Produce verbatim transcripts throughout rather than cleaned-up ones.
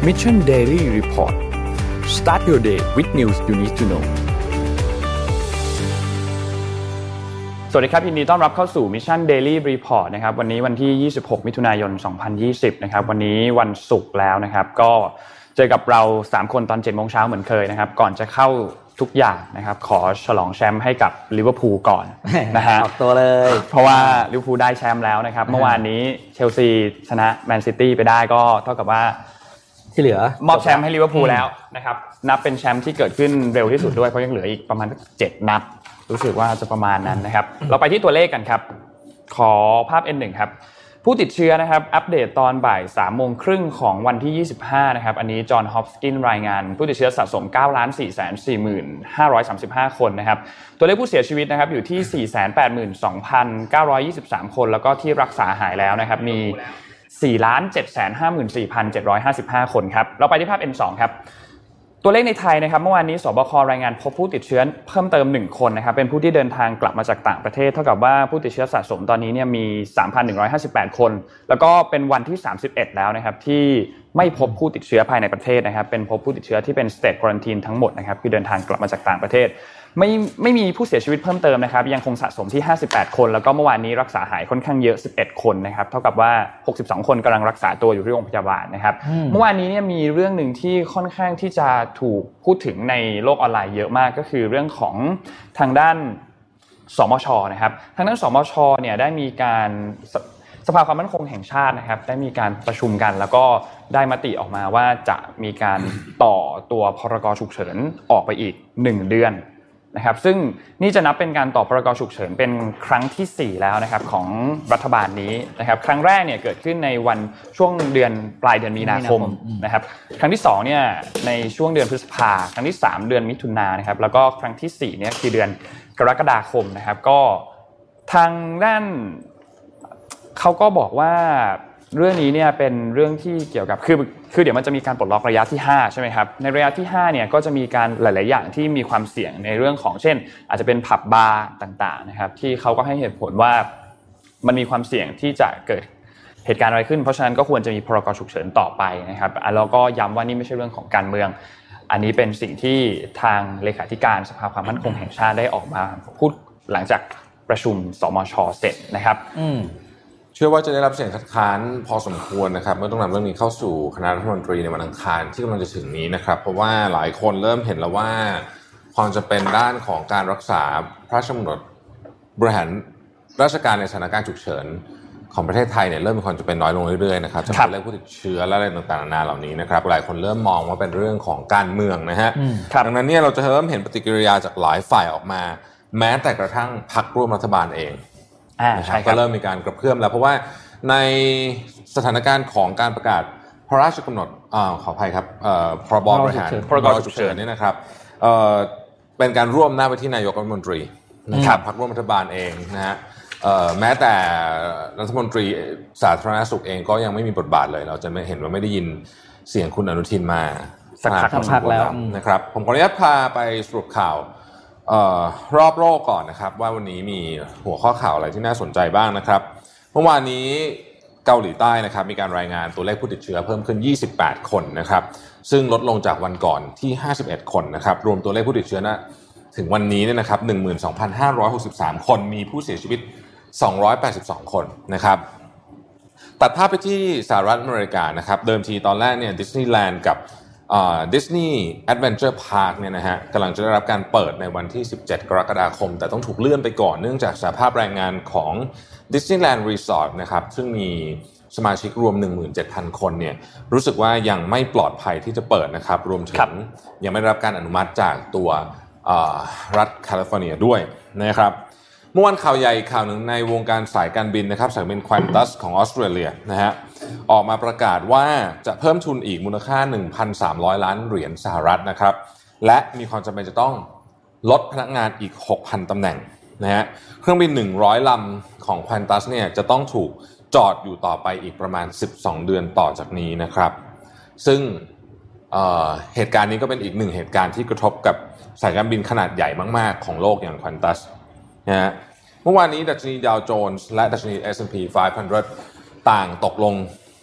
Mission Daily Report Start your day with news you need to know สวัสดีครับยินดีต้อนรับเข้าสู่ Mission Daily Report นะครับวันนี้วันที่ยี่สิบหกมิถุนายนสองพันยี่สิบนะครับวันนี้วันศุกร์แล้วนะครับก็เจอกับเราสามคนตอน เจ็ดโมง นเหมือนเคยนะครับก่อนจะเข้าทุกอย่างนะครับขอฉลองแชมป์ให้กับลิเวอร์พูลก่อนนะฮะออกตัวเลยเพราะว่าลิเวอร์พูลได้แชมป์แล้วนะครับเมื่อวานนี้เชลซีชนะแมนซิตี้ไปได้ก็เท่ากับว่าที่เหลือมอบแชมป์ให้ลิเวอร์พูลแล้วนะครับนับเป็นแชมป์ที่เกิดขึ้นเร็วที่สุดด้วยเพราะยังเหลืออีกประมาณเจ็ดนัดรู้สึกว่าจะประมาณนั้นนะครับเราไปที่ตัวเลขกันครับขอภาพ เอ็น หนึ่ง ครับผู้ติดเชื้อนะครับอัปเดตตอนบ่าย สามโมงครึ่งของวันที่ยี่สิบห้านะครับอันนี้จอห์นฮอปกินส์รายงานผู้ติดเชื้อสะสม เก้าล้านสี่แสนสี่หมื่นห้าร้อยสามสิบห้า คนนะครับตัวเลขผู้เสียชีวิตนะครับอยู่ที่ สี่แสนแปดหมื่นสองพันเก้าร้อยยี่สิบสาม คนแล้วก็ที่รักษาหายแล้วนะครับมี สี่ล้านเจ็ดแสนห้าหมื่นสี่พันเจ็ดร้อยห้าสิบห้า คนครับเราไปที่ภาพ เอ็น สอง ครับตัวเลขในไทยนะครับเมื่อวานนี้สบครายงานพบผู้ติดเชื้อเพิ่มเติมหนึ่งคนนะครับเป็นผู้ที่เดินทางกลับมาจากต่างประเทศเท่ากับว่าผู้ติดเชื้อสะสมตอนนี้เนี่ยมี สามพันหนึ่งร้อยห้าสิบแปด คนแล้วก็เป็นวันที่สามสิบเอ็ดแล้วนะครับที่ไม่พบผู้ติดเชื้อภายในประเทศนะครับเป็นพบผู้ติดเชื้อที่เป็น state quarantine ทั้งหมดนะครับคือเดินทางกลับมาจากต่างประเทศไม่ไม่มีผู้เสียชีวิตเพิ่มเติมนะครับยังคงสะสมที่ห้าสิบแปดคนแล้วก็เมื่อวานนี้รักษาหายค่อนข้างเยอะสิบเอ็ดคนนะครับเท่ากับว่าหกสิบสองคนกำลังรักษาตัวอยู่ที่โรงพยาบาลนะครับเมื่อวานนี้เนี่ยมีเรื่องนึงที่ค่อนข้างที่จะถูกพูดถึงในโลกออนไลน์เยอะมากก็คือเรื่องของทางด้านสมช.นะครับทางด้านสมช.เนี่ยได้มีการสภาความมั่นคงแห่งชาตินะครับได้มีการประชุมกันแล้วก็ได้มติออกมาว่าจะมีการต่อตัวพรกฉุกเฉินออกไปอีกหนึ่งเดือนนะครับซึ่งนี่จะนับเป็นการต่อพรกฉุกเฉินเป็นครั้งที่สี่แล้วนะครับของรัฐบาลนี้นะครับครั้งแรกเนี่ยเกิดขึ้นในวันช่วงเดือนปลายเดือนมีนาคมนะครับครั้งที่สองเนี่ยในช่วงเดือนพฤษภาครั้งที่สามเดือนมิถุนายนนะครับแล้วก็ครั้งที่สี่เนี่ยคือเดือนกรกฎาคมนะครับก็ทางด้านเขาก็บอกว่าเรื่องนี้เนี่ยเป็นเรื่องที่เกี่ยวกับคือคือเดี๋ยวมันจะมีการปลดล็อกระยะที่ห้าใช่ไหมครับในระยะที่ห้าเนี่ยก็จะมีการหลายๆอย่างที่มีความเสี่ยงในเรื่องของเช่นอาจจะเป็นผับบาร์ต่างๆนะครับที่เขาก็ให้เหตุผลว่ามันมีความเสี่ยงที่จะเกิดเหตุการณ์อะไรขึ้นเพราะฉะนั้นก็ควรจะมีพรกฉุกเฉินต่อไปนะครับแล้วก็ย้ำว่านี่ไม่ใช่เรื่องของการเมืองอันนี้เป็นสิ่งที่ทางเลขาธิการสภาความมั่นคงแห่งชาติได้ออกมาพูดหลังจากประชุมสมช.เสร็จนะครับเชื่อว่าจะได้รับเสียงคัดค้านพอสมควรนะครับเมื่อต้องนำเรื่องนี้เข้าสู่คณะรัฐมนตรีในวันอังคารที่กำลังจะถึงนี้นะครับเพราะว่าหลายคนเริ่มเห็นแล้วว่าความจะเป็นด้านของการรักษาพระราชกำหนดบริหารราชการในสถานการณ์ฉุกเฉินของประเทศไทยเนี่ยเริ่มมีความจะเป็นน้อยลงเรื่อยๆนะครับจากตัวเลขผู้ติดเชื้อและอะไรต่างๆนานาเหล่านี้นะครับหลายคนเริ่มมองว่าเป็นเรื่องของการเมืองนะฮะดังนั้นเนี่ยเราจะเริ่มเห็นปฏิกิริยาจากหลายฝ่ายออกมาแม้แต่กระทั่งพรรคร่วมรัฐบาลเองนะครับก็เริ่มมีการกระเพื่อมแล้วเพราะว่าในสถานการณ์ของการประกาศพระราชกำหนดอ่าขออภัยครับเอ่อพรบริหารพรบฉุกเฉินนี่นะครับเอ่อเป็นการร่วมหน้าไปที่นายกรัฐมนตรีนะครับพรรคร่วมรัฐบาลเองนะฮะเอ่อแม้แต่รัฐมนตรีสาธารณสุขเองก็ยังไม่มีบทบาทเลยเราจะไม่เห็นว่าไม่ได้ยินเสียงคุณอนุทินมาสักพักแล้วนะครับผมขออนุญาตพาไปสรุปข่าวเอ่อรอบโลกก่อนนะครับว่าวันนี้มีหัวข้อข่าวอะไรที่น่าสนใจบ้างนะครับเมื่อวานนี้เกาหลีใต้นะครับมีการรายงานตัวเลขผู้ติดเชื้อเพิ่มขึ้นยี่สิบแปดคนนะครับซึ่งลดลงจากวันก่อนที่ห้าสิบเอ็ดคนนะครับรวมตัวเลขผู้ติดเชื้อนะถึงวันนี้เนี่ยนะครับ หนึ่งหมื่นสองพันห้าร้อยหกสิบสาม คนมีผู้เสียชีวิตสองร้อยแปดสิบสองคนนะครับตัดภาพไปที่สหรัฐอเมริกานะครับเดิมทีตอนแรกเนี่ยดิสนีย์แลนด์กับดิสนีย์แอดเวนเจอร์พาร์คเนี่ยนะฮะกำลังจะได้รับการเปิดในวันที่สิบเจ็ดกรกฎาคมแต่ต้องถูกเลื่อนไปก่อนเนื่องจากสภาพแรงงานของ Disneyland Resort นะครับซึ่งมีสมาชิกรวม หนึ่งหมื่นเจ็ดพัน คนเนี่ยรู้สึกว่ายังไม่ปลอดภัยที่จะเปิดนะครับรวมถึงยังไม่ได้รับการอนุมัติจากตัวรัฐแคลิฟอร์เนียด้วยนะครับเมื่อวันข่าวใหญ่ข่าวหนึ่งในวงการสายการบินนะครับสายการบิน Qantas ของออสเตรเลียนะฮะออกมาประกาศว่าจะเพิ่มทุนอีกมูลค่า หนึ่งพันสามร้อย ล้านเหรียญสหรัฐนะครับและมีความจำเป็นจะต้องลดพนักงานอีก หกพัน ตำแหน่งนะฮะเครื่องบินหนึ่งร้อยลำของ Qantas เนี่ยจะต้องถูกจอดอยู่ต่อไปอีกประมาณสิบสองเดือนต่อจากนี้นะครับซึ่ง เอ่อ เหตุการณ์นี้ก็เป็นอีกหนึ่งเหตุการณ์ที่กระทบกับสายการบินขนาดใหญ่มากๆของโลกอย่าง Qantas นะฮะเมื่อวานนี้ดัชนีดาวโจนส์และดัชนี เอส แอนด์ พี ห้าร้อยต่างตกลง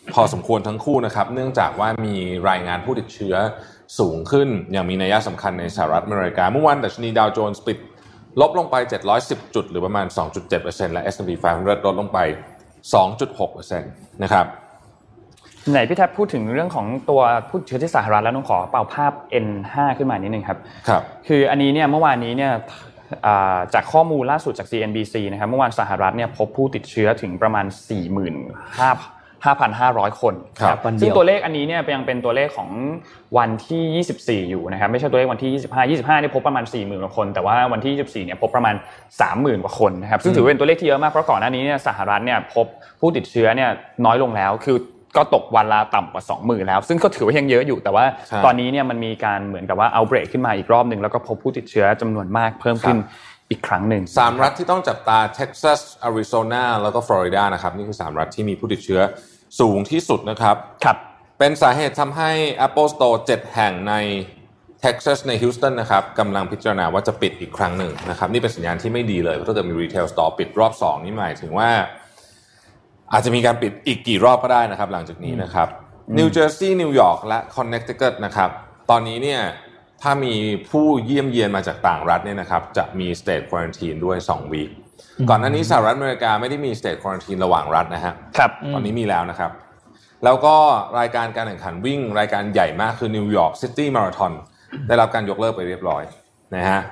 พอสมควรทั้งคู่นะครับเนื่องจากว่ามีรายงานผู้ติดเชื้อสูงขึ้นอย่างมีนัยสำคัญในสหรัฐอเมริกาเมื่อวานดัชนีดาวโจนส์ปิดลบลงไปเจ็ดร้อยสิบจุดหรือประมาณ สองจุดเจ็ดเปอร์เซ็นต์ และ เอส แอนด์ พี ห้าร้อยลดลงไป สองจุดหกเปอร์เซ็นต์ นะครับไหนพี่แทบพูดถึงเรื่องของตัวผู้ติดเชื้อที่สหรัฐแล้วต้องขอเป่าภาพ เอ็น ห้า ขึ้นมานิดนึงครับครับคืออันนี้เนี่ยเมื่อวานนี้เนี่ยจากข้อมูลล่าสุดจาก ซี เอ็น บี ซี นะครับเมื่อวานสหรัฐเนี่ยพบผู้ติดเชื้อถึงประมาณ สี่หมื่นห้าพันห้าร้อย คนครับซึ่งตัวเลขอันนี้เนี่ยยังเป็นตัวเลขของวันที่ยี่สิบสี่อยู่นะครับไม่ใช่ตัวเลขวันที่ยี่สิบห้า ยี่สิบห้านี่พบประมาณ สี่หมื่น กว่าคนแต่ว่าวันที่ยี่สิบสี่เนี่ยพบประมาณ สามหมื่น กว่าคนนะครับซึ่งถือเป็นตัวเลขที่เยอะมากเพราะก่อนหน้านี้เนี่ยสหรัฐเนี่ยพบผู้ติดเชื้อเนี่ยน้อยลงแล้วคือก็ตกวันละต่ำกว่า สองหมื่น แล้วซึ่งก็ถือว่ายังเยอะอยู่แต่ว่าตอนนี้เนี่ยมันมีการเหมือนกับว่าเอาเบรกขึ้นมาอีกรอบนึงแล้วก็พบผู้ติดเชื้อจำนวนมากเพิ่มขึ้นอีกครั้งหนึ่งสามรัฐที่ต้องจับตาเท็กซัสอาริโซนาแล้วก็ฟลอริดานะครับนี่คือสามรัฐที่มีผู้ติดเชื้อสูงที่สุดนะครับครับเป็นสาเหตุทำให้ Apple Store เจ็ดแห่งในเท็กซัสในฮิวสตันนะครับกำลังพิจารณาว่าจะปิดอีกครั้งหนึ่งนะครับนี่เป็นสัญญาณที่ไม่ดีเลยเพราะถ้าเกิดมีรีเทลสโตร์ปิดรอบสองนี่หมายถึงว่าอาจจะมีการปิดอีกกี่รอบก็ได้นะครับหลังจากนี้นะครับนิวเจอร์ซีย์นิวยอร์กและคอนเนคติคัตนะครับตอนนี้เนี่ยถ้ามีผู้เยี่ยมเยียนมาจากต่างรัฐเนี่ยนะครับจะมี State Quarantine ด้วยสองวีคก่อนหน้านี้สหรัฐอเมริกาไม่ได้มี State Quarantine ระหว่างรัฐนะฮะครับตอนนี้มีแล้วนะครับแล้วก็รายการการแข่งขันวิ่งรายการใหญ่มากคือนิวยอร์กซิตี้มาราธอนได้รับการยกเลิกไปเรียบร้อยนะฮะ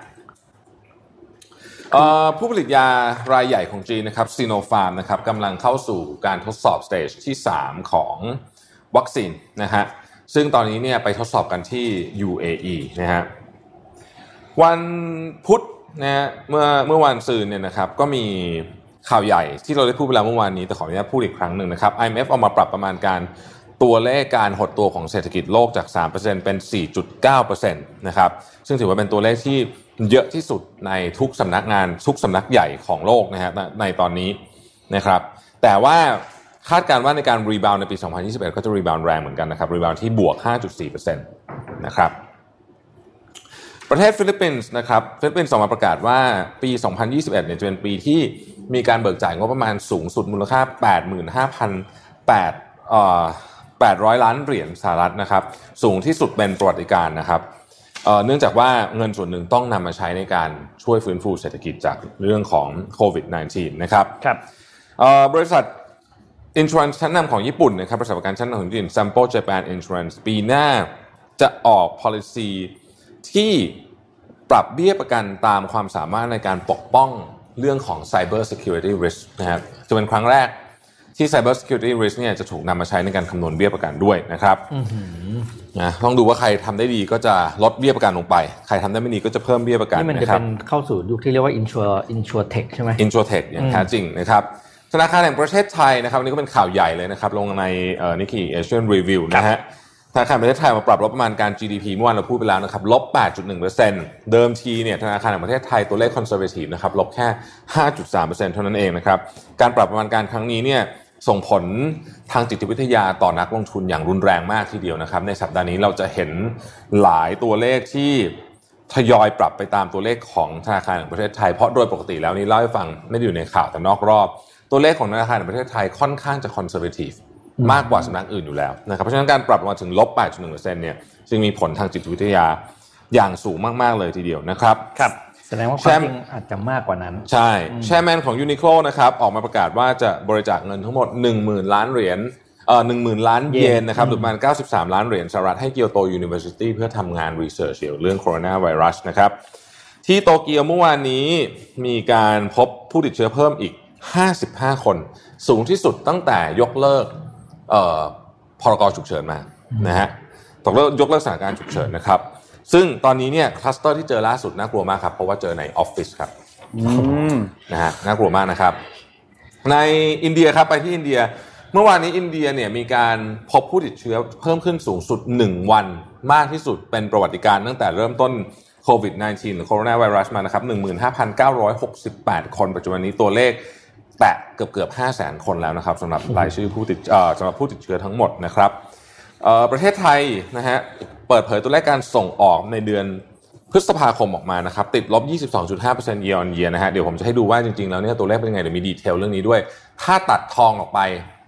ผู้ผลิตยารายใหญ่ของจีนนะครับซีโนฟาร์มนะครับกำลังเข้าสู่การทดสอบสเตจที่สามของวัคซีนนะฮะซึ่งตอนนี้เนี่ยไปทดสอบกันที่ ยู เอ อี นะฮะวันพุธนะฮะเมื่อเมื่อวันซืนเนี่ยนะครับก็มีข่าวใหญ่ที่เราได้พูดไปแล้วเมื่อวานนี้แต่ขออนุญาตพูดอีกครั้งหนึ่งนะครับ ไอ เอ็ม เอฟ เอามาปรับประมาณการตัวเลขการหดตัวของเศรษฐกิจโลกจาก สามเปอร์เซ็นต์ เป็น สี่จุดเก้าเปอร์เซ็นต์ นะครับซึ่งถือว่าเป็นตัวเลขที่เยอะที่สุดในทุกสำนักงานทุกสำนักใหญ่ของโลกนะฮะในตอนนี้นะครับแต่ว่าคาดการณ์ว่าในการรีบาวด์ในปีสองพันยี่สิบเอ็ดก็จะรีบาวด์แรงเหมือนกันนะครับรีบาวด์ที่บวก ห้าจุดสี่เปอร์เซ็นต์ นะครับประเทศฟิลิปปินส์นะครับฟิลิปปินส์ออกมาประกาศว่าปีสองพันยี่สิบเอ็ดเนี่ยจะเป็นปีที่มีการเบิกจ่ายงบประมาณสูงสุดมูลค่า แปดหมื่นห้าพันแปดร้อย ล้านเหรียญสหรัฐนะครับสูงที่สุดเป็นประวัติการณ์นะครับเอ่อเนื่องจากว่าเงินส่วนหนึ่งต้องนำมาใช้ในการช่วยฟื้นฟูเศรษฐกิจจากเรื่องของโควิด สิบเก้า นะครับครับเอ่อบริษัท Insurance ชั้นนำของญี่ปุ่นนะครับบริษัทประกันชั้นนำของญี่ปุ่น Sampo Japan Insurance ปีหน้าจะออก policy ที่ปรับเบี้ยประกันตามความสามารถในการปกป้องเรื่องของ Cyber Security Risk นะครับจะเป็นครั้งแรกที่ Cyber Security Risk เนี่ยจะถูกนำมาใช้ในการคำนวณเบี้ยประกันด้วยนะครับนะต้องดูว่าใครทำได้ดีก็จะลดเบี้ยประกันลงไปใครทำได้ไม่ดีก็จะเพิ่มเบี้ยประกันนี่มันจะเป็นเข้าสู่ยุคที่เรียกว่า Insure InsurTech ใช่ไหม InsurTech อย่างแท้จริงนะครับธนาคารแห่งประเทศไทยนะครับวันนี้ก็เป็นข่าวใหญ่เลยนะครับลงในเอ่อ Nikkei Asian Review นะฮะธนาคารประเทศไทยมาปรับลดประมาณการ จี ดี พี เมื่อวานเราพูดไปแล้วนะครับลบ แปดจุดหนึ่งเปอร์เซ็นต์ เดิมทีเนี่ยธนาคารแห่งประเทศไทยตัวเลข conservative นะครับลบแค่ ห้าจุดสามเปอร์เซ็นต์ เท่านั้นเองนะครับการปรับประมาณการครั้งนี้เนี่ยส่งผลทางจิตวิทยาต่อนักลงทุนอย่างรุนแรงมากทีเดียวนะครับในสัปดาห์นี้เราจะเห็นหลายตัวเลขที่ทยอยปรับไปตามตัวเลขของธนาคารแห่งประเทศไทยเพราะโดยปกติแล้วนี่เล่าให้ฟังไม่ได้อยู่ในข่าวแต่นอกรอบตัวเลขของธนาคารแห่งประเทศไทยค่อนข้างจะ conservative มากกว่าสำนักอื่นอยู่แล้วนะครับเพราะฉะนั้นการปรับมาถึงลบ แปดจุดหนึ่งเปอร์เซ็นต์ เนี่ยจึงมีผลทางจิตวิทยาอย่างสูงมากๆเลยทีเดียวนะครับครับแสดงว่าความจริงอาจจะมากกว่านั้นใช่แชร์แมนของ Uniqlo นะครับออกมาประกาศว่าจะบริจาคเงินทั้งหมด หนึ่งหมื่น ล้านเหรียญเอ่อ หนึ่งหมื่น ล้านเยนนะครับหรือประมาณเก้าสิบสามล้านเหรียญสหรัฐให้เกียวโต University เพื่อทำงานรีเสิร์ชเกี่ยวกับเรื่องโคโรนาไวรัสนะครับที่โตเกียวเมื่อวานนี้มีการพบผู้ติดเชื้อเพิ่มอีกห้าสิบห้าคนสูงที่สุดตั้งแต่ยกเลิกเอ่อพรกฉุกเฉินมานะฮะตกเลิกยกเลิกสถานการณ์ฉุกเฉินนะครับซึ่งตอนนี้เนี่ยคลัสเตอร์ที่เจอล่าสุดน่ากลัวมากครับเพราะว่าเจอในออฟฟิศครับนะฮะน่ากลัวมากนะครับในอินเดียครับไปที่อินเดียเมื่อวานนี้อินเดียเนี่ยมีการพบผู้ติดเชื้อเพิ่มขึ้นสูงสุดหนึ่งวันมากที่สุดเป็นประวัติการณ์ตั้งแต่เริ่มต้นโควิด สิบเก้า หรือโคโรนาไวรัสมานะครับ หนึ่งหมื่นห้าพันเก้าร้อยหกสิบแปด คนปัจจุบันนี้ตัวเลขแตะเกือบๆ ห้าแสน คนแล้วนะครับสำหรับรายชื่อผู้ติดเอ่อสำหรับผู้ติดเชื้อทั้งหมดนะครับเอ่อประเทศไทยนะฮะเปิดเผยตัวเลขการส่งออกในเดือนพฤษภาคมออกมานะครับติดลบ ยี่สิบสองจุดห้าเปอร์เซ็นต์ year on year นะฮะเดี๋ยวผมจะให้ดูว่าจริงๆแล้วเนี่ยตัวเลขเป็นยังไงเดี๋ยวมีดีเทลเรื่องนี้ด้วยถ้าตัดทองออกไป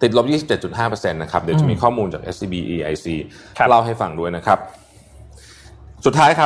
ติดลบ ยี่สิบเจ็ดจุดห้าเปอร์เซ็นต์ นะครับเดี๋ยวจะมีข้อมูลจาก เอส ซี บี อี ไอ ซี เล่าให้ฟังด้วยนะครับสุดท้ายครับ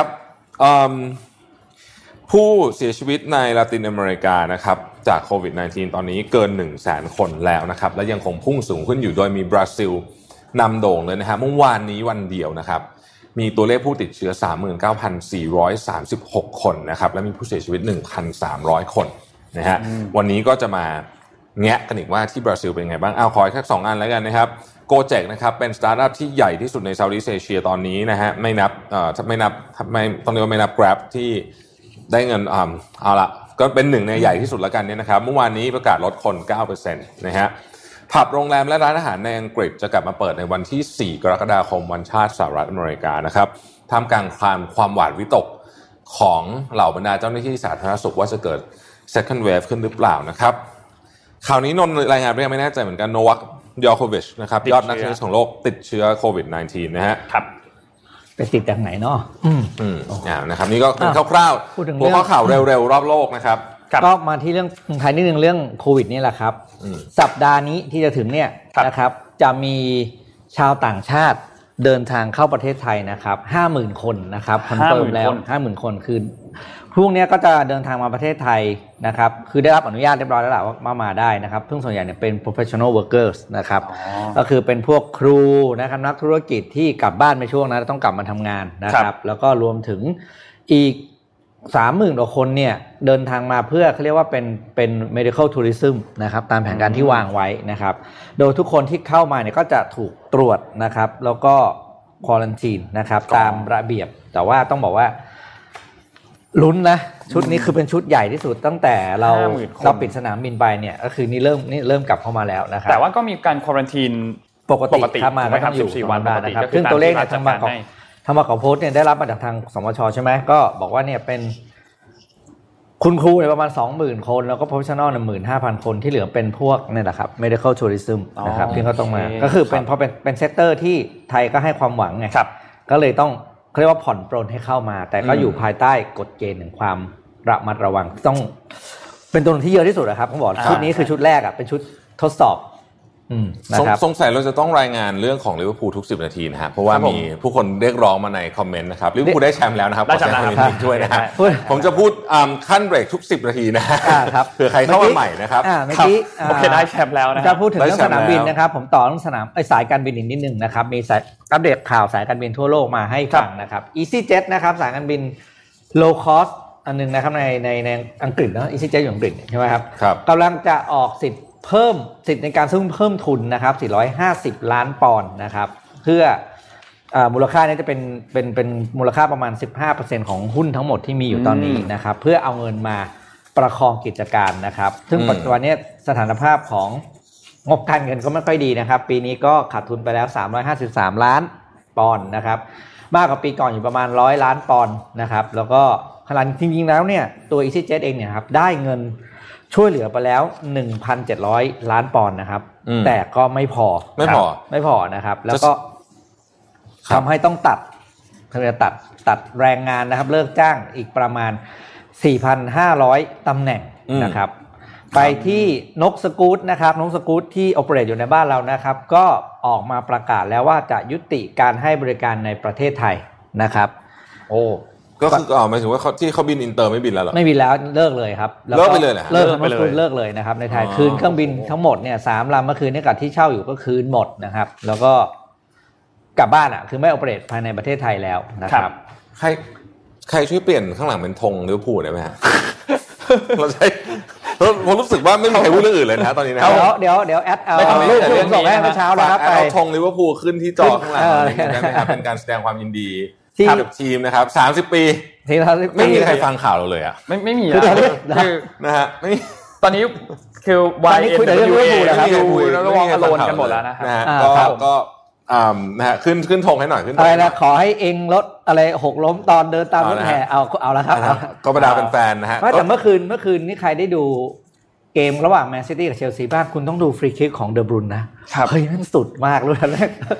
ผู้เสียชีวิตในลาตินอเมริกานะครับจากโควิด สิบเก้า ตอนนี้เกิน หนึ่งแสน คนแล้วนะครับและยังคงพุ่งสูงขึ้นอยู่โดยมีบราซิลนำโด่งเลยนะฮะเมื่อวานนี้วันเดียวนะครับมีตัวเลขผู้ติดเชื้อ สามหมื่นเก้าพันสี่ร้อยสามสิบหก คนนะครับและมีผู้เสียชีวิต หนึ่งพันสามร้อย คนนะฮะวันนี้ก็จะมาแงะกันอีกว่าที่บราซิลเป็นไงบ้างเอาขอแค่สองอันแล้วกันนะครับโกเจกนะครับเป็นสตาร์ทอัพที่ใหญ่ที่สุดในเซาท์อีสต์เอเชียตอนนี้นะฮะไม่นับเอ่อไม่นับไม่ต้องเรียกว่าไม่นับ Grab ที่ได้เงินอ่าเอาละก็เป็นหนึ่งในใหญ่ที่สุดแล้วกันเนี่ยนะครับเมื่อวานนี้ประกาศลดคน เก้าเปอร์เซ็นต์ นะฮะผับโรงแรมและร้านอาหารในอังกฤษจะกลับมาเปิดในวันที่สี่กรกฎาคมวันชาติสหรัฐอเมริกานะครับท่ามกลางความความหวาดวิตกของเหล่าบรรดาเจ้าหน้าที่สาธารณสุขว่าจะเกิด second wave ขึ้นหรือเปล่านะครับข่าวนี้นนรายงานเรื่องไม่แน่ใจเหมือนกันโนวัคยอโควิชนะครับยอดนักเทนนิสของโลกติดเชื้อโควิด สิบเก้า นะฮะครับไปติดจากไหนเนาะอืมอืมอ่านะครับนี่ก็เป็นคร่าวๆหัวข้อข่าวเร็วๆรอบโลกนะครับก็มาที่เรื่องไทยนิดนึงเรื่องโควิดนี่แหละครับสัปดาห์นี้ที่จะถึงเนี่ยนะครับจะมีชาวต่างชาติเดินทางเข้าประเทศไทยนะครับ ห้าหมื่น คนนะครับคอนเฟิร์มแล้ว ห้าหมื่น คนคือพวกนี้ก็จะเดินทางมาประเทศไทยนะครับคือได้รับอนุญาตเรียบร้อยแล้วล่ะว่ามามาได้นะครับซึ่งส่วนใหญ่เนี่ยเป็น professional workers นะครับก็คือเป็นพวกครูนะครับนักธุรกิจที่กลับบ้านในช่วงนั้นต้องกลับมาทำงานนะครับแล้วก็รวมถึงอีก สามหมื่น กว่าคนเนี่ยเดินทางมาเพื่อเขาเรียกว่าเป็นเป็น medical tourism นะครับตามแผนการที่วางไว้นะครับโดยทุกคนที่เข้ามาเนี่ยก็จะถูกตรวจนะครับแล้วก็ควอรันทีนนะครับตามระเบียบแต่ว่าต้องบอกว่าลุ้นนะชุดนี้คือเป็นชุดใหญ่ที่สุดตั้งแต่เราเราปิดสนามบินไปเนี่ยก็คือนี่เริ่มนี่เริ่มกลับเข้ามาแล้วนะครับแต่ว่าก็มีการควอรันทีนปกติครับมาก็ต้องอยู่สิบวันนะครับซึ่งตัวเลขเนี่ยทางบางของทางบางของโพสต์เนี่ยได้รับมาจากทางสมชใช่ไหมก็บอกว่าเนี่ยเป็นคุณครูเนี่ยประมาณ สองหมื่น คนแล้วก็ professional หนึ่งหมื่นห้าพัน คนที่เหลือเป็นพวกเนี่ยแหละครับ medical tourism นะครับที่เขาต้องมาก็คือเป็นเพราะเป็นเป็นเซกเตอร์ที่ไทยก็ให้ความหวังไงก็เลยต้องเรียกว่าผ่อนปรนให้เข้ามาแต่ก็อยู่ภายใต้กฎเกณฑ์ของความระมัดระวังต้องเป็นตัวที่เยอะที่สุดนะครับผมบอกชุดนี้คือชุดแรกอ่ะเป็นชุดทดสอบสงสัยเราจะต้องรายงานเรื่องของลิเวอร์พูลทุกสิบนาทีนะฮะเพราะว่ามีผู้คนเรียกร้องมาในคอมเมนต์นะครับลิเวอร์พูลได้แชมป์แล้วนะครับขอแสดงความยินดีด้วยนะฮะผมจะพูดขั้นเบรกทุกสิบนาทีนะเผื่อใครเข้ามาใหม่นะครับเมื่อกี้โอเคได้แชมป์แล้วนะจะพูดถึงเรื่องสนามบินนะครับผมต่อเรื่องสนามสายการบินอีกนิดนึงนะครับมีสายอัปเดตข่าวสายการบินทั่วโลกมาให้ฟังนะครับ EasyJet นะครับสายการบิน low cost อันนึงนะครับในในในอังกฤษนะ EasyJet อยู่อังกฤษใช่ไหมครับกำลังจะออกสิทธิ์เพิ่มสิทธิ์ในการซึ่งเพิ่มทุนนะครับสี่ร้อยห้าสิบล้านปอนด์นะครับเพื่ออ่ามูลค่านี้จะเป็นเป็นเป็นมูลค่าประมาณ สิบห้าเปอร์เซ็นต์ ของหุ้นทั้งหมดที่มีอยู่ตอนนี้นะครับเพื่อเอาเงินมาประคองกิจการนะครับซึ่งปัจจุบันนี้สถานภาพของงบการเงินก็ไม่ค่อยดีนะครับปีนี้ก็ขาดทุนไปแล้วสามร้อยห้าสิบสามล้านปอนด์นะครับมากกว่าปีก่อนอยู่ประมาณหนึ่งร้อยล้านปอนด์นะครับแล้วก็ขณะจริงๆแล้วเนี่ยตัว EasyJet เองเนี่ยครับได้เงินช่วยเหลือไปแล้ว หนึ่งพันเจ็ดร้อย ล้านปอนด์นะครับแต่ก็ไม่พอไม่พอไม่พอนะครับแล้วก็ทำให้ต้องตัดคือตัดตัดแรงงานนะครับเลิกจ้างอีกประมาณ สี่พันห้าร้อย ตำแหน่งนะครับไปที่นกสกู๊ตนะครับนกสกู๊ตที่โอเปเรตอยู่ในบ้านเรานะครับก็ออกมาประกาศแล้วว่าจะยุติการให้บริการในประเทศไทยนะครับโอ้ก็คืออ๋อหมายถึงว่าเขาที่เขาบินอินเตอร์ไม่บินแล้วหรอไม่บินแล้วเลิกเลยครับเลิกไปเลยเหรอเลิกไปเลยเลิกเลยนะครับในไทยคืนเครื่องบินทั้งหมดเนี่ยสามลำเมื่อคืนนี้กับที่เช่าอยู่ก็คืนหมดนะครับแล้วก็กลับบ้านอ่ะคือไม่โอเปเรตภายในประเทศไทยแล้วนะครับใครใครช่วยเปลี่ยนข้างหลังเป็นธงลิเวอร์พูลได้ไหมฮะเราใช้ผมรู้สึกว่าไม่มีใครพูดเรื่องอื่นเลยนะตอนนี้นะเดี๋ยวเดี๋ยวเดี๋ยวแอดเอารูปรูปส่งให้เมื่อเช้านะครับไปเอาธงลิเวอร์พูลขึ้นที่จอข้างหลังได้ไหมครับเป็นการแสดงความยินดีกับทีมนะครับสามสิบปีไม่มีใครฟังข่าวเราเลยอ่ะไม่ไม่มีคือนะฮะไม่ตอนนี้คือวายคุยแต่เรื่องลิเวอร์พูลนะครับคุยแล้ววางอโลนกันหมดแล้วนะครับก็ก็อ่านะฮะขึ้นขึ้นธงให้หน่อยขึ้นอะไรนะขอให้เองลดอะไรหกล้มตอนเดินตามรถแห่เอาเอาละครับก็บรรดาแฟนๆนะฮะแต่เมื่อคืนเมื่อคืนนี่ใครได้ดูเกมระหว่างแมนซิตี้กับเชลซีบ้างคุณต้องดูฟรีคิกของเดอบรูนนะเฮ้ยนั่นสุดมากเลยแรก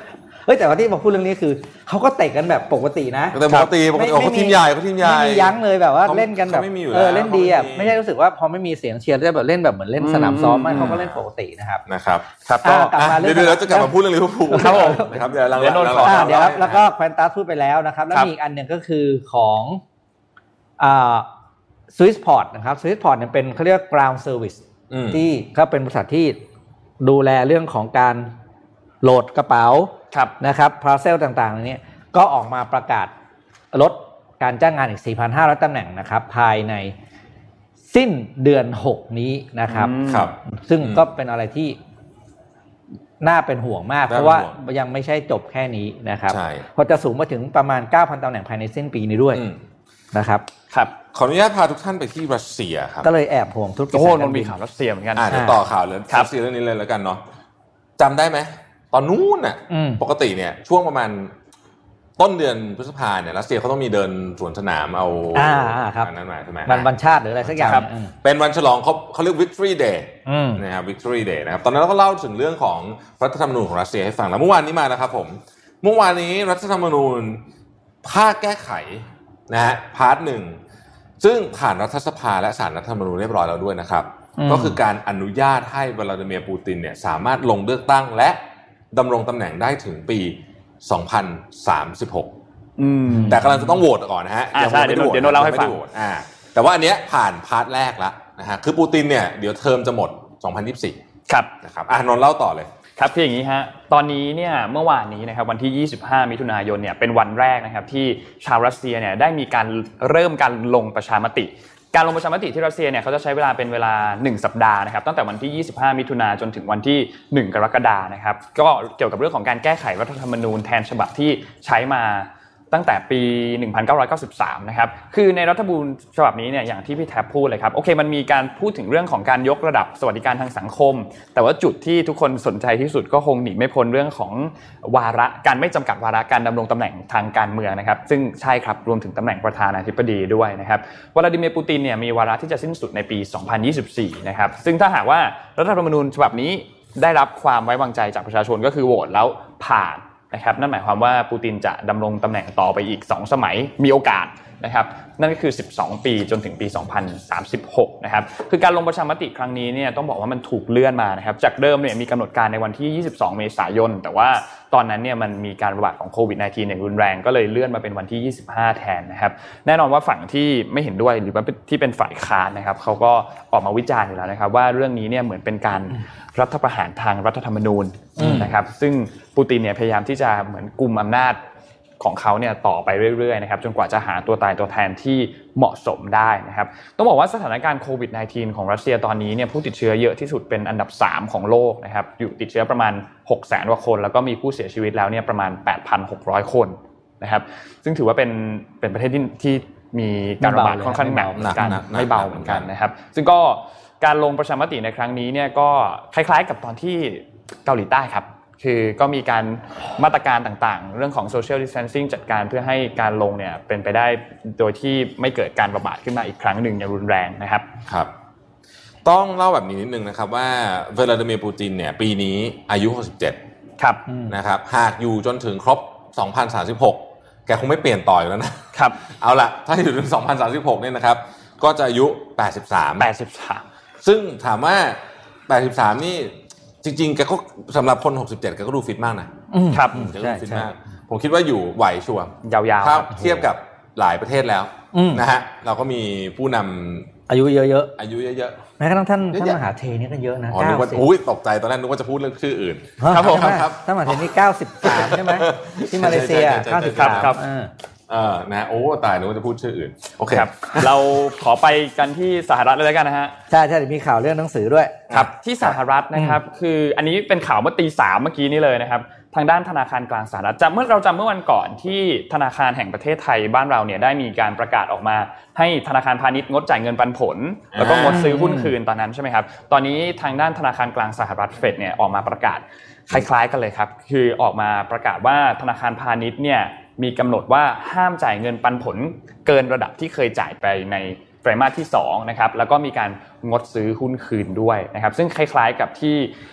เฮ้ยแต่ว่าที่มาพูดเรื่องนี้คือเขาก็เตะกันแบบปกตินะแต่ปกติปกติเขาทีมใหญ่เขาทีมใหญ่ไม่มียั้งเลยแบบว่าเล่นกันแบบเออเล่นดีอ่ะไม่ใช่รู้สึกว่าพอไม่มีเสียงเชียร์จะแบบเล่นแบบเหมือนเล่นสนามซ้อมไม่เขาก็เล่นปกตินะครับนะครับครับก็เดี๋ยวเราจะกลับมาพูดเรื่องลิเวอร์พูลครับผมนะครับเดี๋ยวหลังๆเดี๋ยวแล้วก็แควนตัสพูดไปแล้วนะครับแล้วมีอีกอันหนึ่งก็คือของอ่าสวิสพอร์ตนะครับสวิสพอร์ตเนี่ยเป็นเขาเรียก ground service ที่ก็เป็นบริษัทที่ดูแลเรื่องของการโหลดกระเป๋านะครับพาร์เซลต่างๆนี้ก็ออกมาประกาศลดการจ้างงานอีก สี่พันห้าร้อย ตำแหน่งนะครับภายในสิ้นเดือนหกนี้นะครับซึ่งก็เป็นอะไรที่น่าเป็นห่วงมากเพราะว่ายังไม่ใช่จบแค่นี้นะครับเพราะจะสูงมาถึงประมาณ เก้าพัน ตำแหน่งภายในสิ้นปีนี้ด้วยนะครับครับขออนุญาตพาทุกท่านไปที่รัสเซียครับก็เลยแอบห่วงธุรกิจโอ้มันมีข่าวรัสเซียเหมือนกันอ่าเดี๋ยวต่อข่าวเรื่องรัสเซียเรื่องนี้เลยแล้วกันเนาะจำได้ไหมตอนนู้นน่ะปกติเนี่ยช่วงประมาณต้นเดือนพฤษภาเนี่ยรัสเซียเขาต้องมีเดินสวนสนามเอาอ่าครับนั่นหมายใช่ไหมวันวันชาติหรืออะไรสักอย่างเป็นวันฉลองเขาเขาเรียก Victory Day นะครับ Victory Day นะครับตอนนั้นเราก็เล่าถึงเรื่องของรัฐธรรมนูญของรัสเซียให้ฟังแล้วเมื่อวานนี้มานะครับผมเมื่อวานนี้รัฐธรรมนูญภาคแก้ไขนะฮะพาร์ทหนึ่งซึ่งผ่านรัฐสภาและศาลรัฐธรรมนูญเรียบร้อยแล้วด้วยนะครับก็คือการอนุญาตให้วลาดิเมียร์ปูตินเนี่ยสามารถลงเลือกตั้งและดำรงตำแหน่งได้ถึงปีสองพันสามสิบหกอืมแต่กำลังจะต้องโหวตก่อนนะฮะยังไม่ได้โหวตเดี๋ยวเราให้ฟังอ่าแต่ว่าอันเนี้ยผ่านพาร์ทแรกแล้วนะฮะคือปูตินเนี่ยเดี๋ยวเทอมจะหมดสองพันยี่สิบสี่ครับนะครับอ่ะนนท์เล่าต่อเลยครับคืออย่างนี้ฮะตอนนี้เนี่ยเมื่อวานนี้นะครับวันที่ยี่สิบห้ามิถุนายนเนี่ยเป็นวันแรกนะครับที่ชาวรัสเซียเนี่ยได้มีการเริ่มการลงประชามติการลงประชามติที่รัสเซียเนี่ยเขาจะใช้เวลาเป็นเวลาหนึ่งสัปดาห์นะครับตั้งแต่วันที่ยี่สิบห้ามิถุนายนจนถึงวันที่หนึ่งกรกฎาคมนะครับก็เกี่ยวกับเรื่องของการแก้ไขรัฐธรรมนูญแทนฉบับที่ใช้มาตั้งแต่ปีหนึ่งพันเก้าร้อยเก้าสิบสามนะครับคือในรัฐธรรมนูญฉบับนี้เนี่ยอย่างที่พี่แท็บพูดเลยครับโอเคมันมีการพูดถึงเรื่องของการยกระดับสวัสดิการทางสังคมแต่ว่าจุดที่ทุกคนสนใจที่สุดก็คงหนีไม่พ้นเรื่องของวาระการไม่จำกัดวาระการดำรงตำแหน่งทางการเมืองนะครับซึ่งใช่ครับรวมถึงตำแหน่งประธานาธิบดีด้วยนะครับวลาดิเมียร์ปูตินเนี่ยมีวาระที่จะสิ้นสุดในปีสองพันยี่สิบสี่นะครับซึ่งถ้าหากว่ารัฐธรรมนูญฉบับนี้ได้รับความไว้วางใจจากประชาชนก็คือโหวตแล้วผ่านนะครับนั่นหมายความว่าปูตินจะดำรงตำแหน่งต่อไปอีกสองสมัยมีโอกาสนะครับนั่นก็คือสิบสองปีจนถึงปีสองพันสามสิบหกนะครับคือการลงประชามติครั้งนี้เนี่ยต้องบอกว่ามันถูกเลื่อนมานะครับจากเดิมเนี่ยมีกำหนดการในวันที่ยี่สิบสองเมษายนแต่ว่าตอนนั้นเนี่ยมันมีการระบาดของโควิด สิบเก้า อย่างรุนแรงก็เลยเลื่อนมาเป็นวันที่ยี่สิบห้าแทนนะครับแน่นอนว่าฝั่งที่ไม่เห็นด้วยหรือว่าที่เป็นฝ่ายค้านนะครับเขาก็ออกมาวิจารณ์อยู่แล้วนะครับว่าเรื่องนี้เนี่ยเหมือนเป็นการรัฐประหารทางรัฐธรรมนูญนะครับซึ่งปูตินเนี่ยพยายามที่จะเหมือนกุมอำนาจของเขาเนี่ยต่อไปเรื่อยๆนะครับจนกว่าจะหาตัวตายตัวแทนที่เหมาะสมได้นะครับต้องบอกว่าสถานการณ์โควิด สิบเก้า ของรัสเซียตอนนี้เนี่ยผู้ติดเชื้อเยอะที่สุดเป็นอันดับสามของโลกนะครับอยู่ติดเชื้อประมาณ หกแสน กว่าคนแล้วก็มีผู้เสียชีวิตแล้วเนี่ยประมาณ แปดพันหกร้อย คนนะครับซึ่งถือว่าเป็นเป็นประเทศที่ที่มีการระบาดค่อนข้างหนักเหมือนกันไม่เบาเหมือนกันนะครับซึ่งก็การลงประชามติในครั้งนี้เนี่ยก็คล้ายๆกับตอนที่เกาหลีใต้ครับคือก็มีการมาตรการต่างๆเรื่องของ social distancing จัดการเพื่อให้การลงเนี่ยเป็นไปได้โดยที่ไม่เกิดการระบาดขึ้นมาอีกครั้งหนึ่งอย่างรุนแรงนะครับครับต้องเล่าแบบนี้นิดนึงนะครับว่าวลาดิเมียร์ปูตินเนี่ยปีนี้อายุหกสิบเจ็ดครับนะครับหากอยู่จนถึงครบสองพันสามสิบหกแกคงไม่เปลี่ยนต่ออยู่แล้วนะครับเอาล่ะถ้าอยู่ถึงสองพันสามสิบหกเนี่ยนะครับก็จะอายุแปดสิบสามแปดสิบสามซึ่งถามว่าแปดสิบสามนี่จริงๆแกก็สำหรับคนหกสิบเจ็ดแกก็ดูฟิตมากนะครับแกก็ดูฟิตมากผมคิดว่าอยู่ไหวชัวร์ยาวๆถ้าเทียบกับหลายประเทศแล้วนะฮะเราก็มีผู้นำอายุเยอะๆอายุเยอะๆแม้กระทั่งท่านท่านมหาเทนี่ก็เยอะนะเก้าสิบอุ้ยตกใจตอนแรกนึกว่าจะพูดเรื่องชื่ออื่นครับผมครับท่านมหาเทนี่เก้าสิบสามใช่ไหมที่มาเลเซียเก้าสิบสามครับเออนะโอ้ตายนึกว่าจะพูดชื่ออื่นโอเคครับเราขอไปกันที่สหรัฐเลยแล้วกันนะฮะใช่ใช่มีข่าวเรื่องหนังสือด้วยครับที่สหรัฐนะครับคืออันนี้เป็นข่าวเมื่อตีสามเมื่อกี้นี้เลยนะครับทางด้านธนาคารกลางสหรัฐจำเมื่อเราจำเมื่อวันก่อนที่ธนาคารแห่งประเทศไทยบ้านเราเนี่ยได้มีการประกาศออกมาให้ธนาคารพาณิชย์งดจ่ายเงินปันผลแล้วก็งดซื้อหุ้นคืนตอนนั้นใช่ไหมครับตอนนี้ทางด้านธนาคารกลางสหรัฐเฟดเนี่ยออกมาประกาศคล้ายๆกันเลยครับคือออกมาประกาศว่าธนาคารพาณิชย์เนี่ยมีกำหนดว่าห้ามจ่ายเงินปันผลเกินระดับที่เคยจ่ายไปในไตรมาสที่สองนะครับแล้วก็มีการงดซื้อหุ้นคืนด้วยนะครับซึ่งคล้ายๆกับที่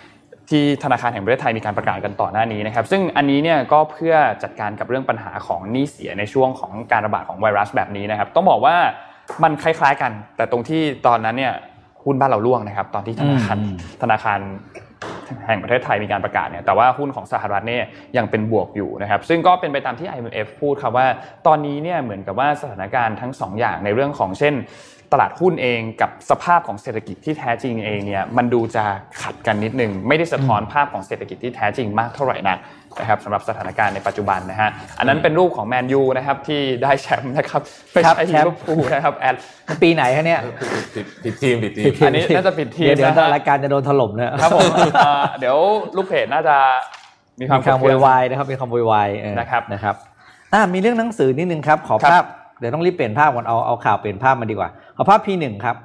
ที่ธนาคารแห่งประเทศไทยมีการประกาศกันต่อหน้านี้นะครับซึ่งอันนี้เนี่ยก็เพื่อจัดการกับเรื่องปัญหาของหนี้เสียในช่วงของการระบาดของไวรัสแบบนี้นะครับต้องบอกว่ามันคล้ายๆกันแต่ตรงที่ตอนนั้นเนี่ยหุ้นบ้านเราร่วงนะครับตอนที่ธนาคารธนาคารแห่งประเทศไทยมีการประกาศเนี่ยแต่ว่าหุ้นของสหรัฐเนี่ยยังเป็นบวกอยู่นะครับซึ่งก็เป็นไปตามที่ ไอ เอ็ม เอฟ พูดครับว่าตอนนี้เนี่ยเหมือนกับว่าสถานการณ์ทั้งสองอย่างในเรื่องของเช่นตลาดหุ้นเองกับสภาพของเศรษฐกิจที่แท้จริงเองเนี่ยมันดูจะขัดกันนิดนึงไม่ได้สะท้อนภาพของเศรษฐกิจที่แท้จริงมากเท่าไหร่นักนะครับสำหรับสถานการณ์ในปัจจุบันนะฮะอันนั้นเป็นรูปของแมนยูนะครับที่ได้แชมป์นะครับไม่ใช่ลิเวอร์พูลนะครับแอดปีไหนฮะเนี่ยผิดทีมผิดทีมอันนี้น่าจะผิดทีมเดี๋ยวรายการจะโดนถล่มนะครับผมเดี๋ยวลูกเพจน่าจะมีความโวยวายนะครับมีความโวยวายนะครับนะครับอ่ามีเรื่องหนังสือนิดนึงครับขอภาพเดี๋ยวต้องรีบเปลี่ยนภาพก่อนเอาเอาข่าวเปลี่ยนภาพมาดีกว่าขอภาพ พี หนึ่ง ครับ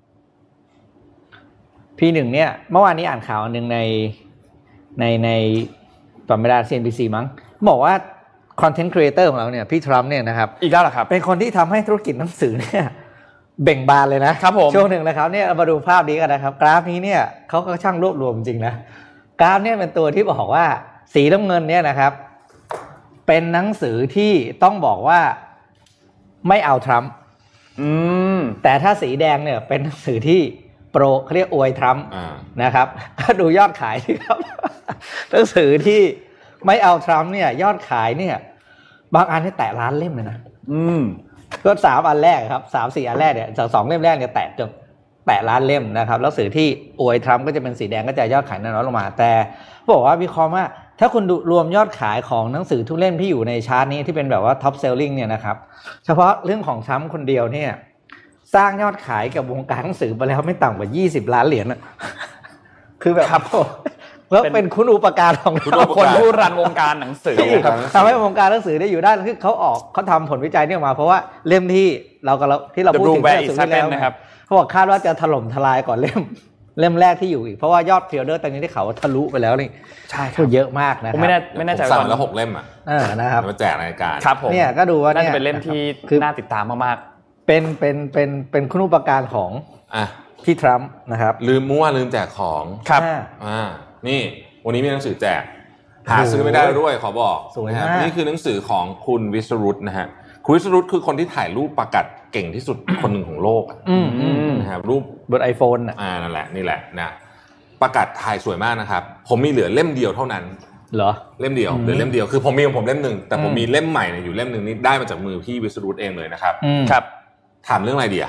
พี หนึ่ง เนี่ยเมื่อวานนี้อ่านข่าวนึงในในในตอนเวลา ซี เอ็น บี ซี มั้งบอกว่าคอนเทนต์ครีเอเตอร์ของเราเนี่ยพี่ทรัมป์เนี่ยนะครับอีกแล้วเหรอครับเป็นคนที่ทำให้ธุรกิจหนังสือเนี่ยเบ่งบานเลยนะครับผมช่วงหนึ่งนะครับเนี่ยมาดูภาพนี้กันนะครับกราฟนี้เนี่ยเขาก็ช่างรวบรวมจริงนะกราฟเนี่ยเป็นตัวที่บอกว่าสีน้ำเงินเนี่ยนะครับเป็นหนังสือที่ต้องบอกว่าไม่เอาทรัมป์แต่ถ้าสีแดงเนี่ยเป็นหนังสือที่โปรเขาเรียกอวยทรัมป์นะครับก็ดูยอดขายสิครับหนังสือที่ไม่เอาทรัมป์เนี่ยยอดขายเนี่ยบางอันนี่แตะล้านเล่มเลยนะอืมก็สามอันแรกครับสามสี่อันแรกเนี่ยจากสองเล่มแรกเนี่ยแตะจนแตะล้านเล่มนะครับแล้วสื่อที่อวยทรัมป์ก็จะเป็นสีแดงก็จะยอดขายน้อยลงมาแต่บอกว่าวิเคราะห์ว่าถ้าคุณดูรวมยอดขายของหนังสือทุกเล่มที่อยู่ในชาร์ตนี้ที่เป็นแบบว่าท็อปเซลลิ่งเนี่ยนะครับเฉพาะเรื่องของทรัมป์คนเดียวเนี่ยสร้างยอดขายกับวงการหนังสือไปแล้วไม่ต่ำกว่ายี่สิบล้านเหรียญคือแบบเพราะเป็นคุณอุปการของคนผู้รันวงการหนังสือทำให้วงการหนังสือได้อยู่ได้คือเขาออกเขาทำผลวิจัยนี่ออกมาเพราะว่าเล่มที่เรากับเราที่เราพูดถึงเรื่องสื่อแล้วนะครับเขาบอกคาดว่าจะถล่มทลายก่อนเล่มเล่มแรกที่อยู่อีกเพราะว่ายอดพรีออเดอร์ตอนนี้ได้ข่าวว่าทะลุไปแล้วนี่ใช่ครับเยอะมากนะครับผมไม่แน่ไม่แน่ใจสั่งแล้วหกเล่มอ่ะเออนะครับมาแจกในรายการครับผมเนี่ยก็ดูว่าเนี่ยน่าจะเป็นเล่มที่น่าติดตามมากๆเป็นเป็นเป็นเป็นคุณอุปการของอ่ะพี่ทรัมป์นะครับลืมมั่วลืมแจกของครับอ่านี่วันนี้มีหนังสือแจกหาซื้อไม่ได้ด้วยขอบอกนะครับนี่คือหนังสือของคุณวิศรุตนะฮะคุณวิศรุตคือคนที่ถ่ายรูปประกาศเก่งที่สุดคนหนึ่งของโลกนะครับรูปบน iPhone อ่ะอ่านั่นแหละนี่แหละนะประกาศถ่ายสวยมากนะครับผมมีเหลือเล่มเดียวเท่านั้นเหรอเล่มเดียวเหลือเล่มเดียวคือผมมีของผมเล่มนึงแต่ผมมีเล่มใหม่เนี่ยอยู่เล่มนึงนี่ได้มาจากมือพี่วิศรุตเองเลยนะครับครับถามเรื่องอะไรดีอ่ะ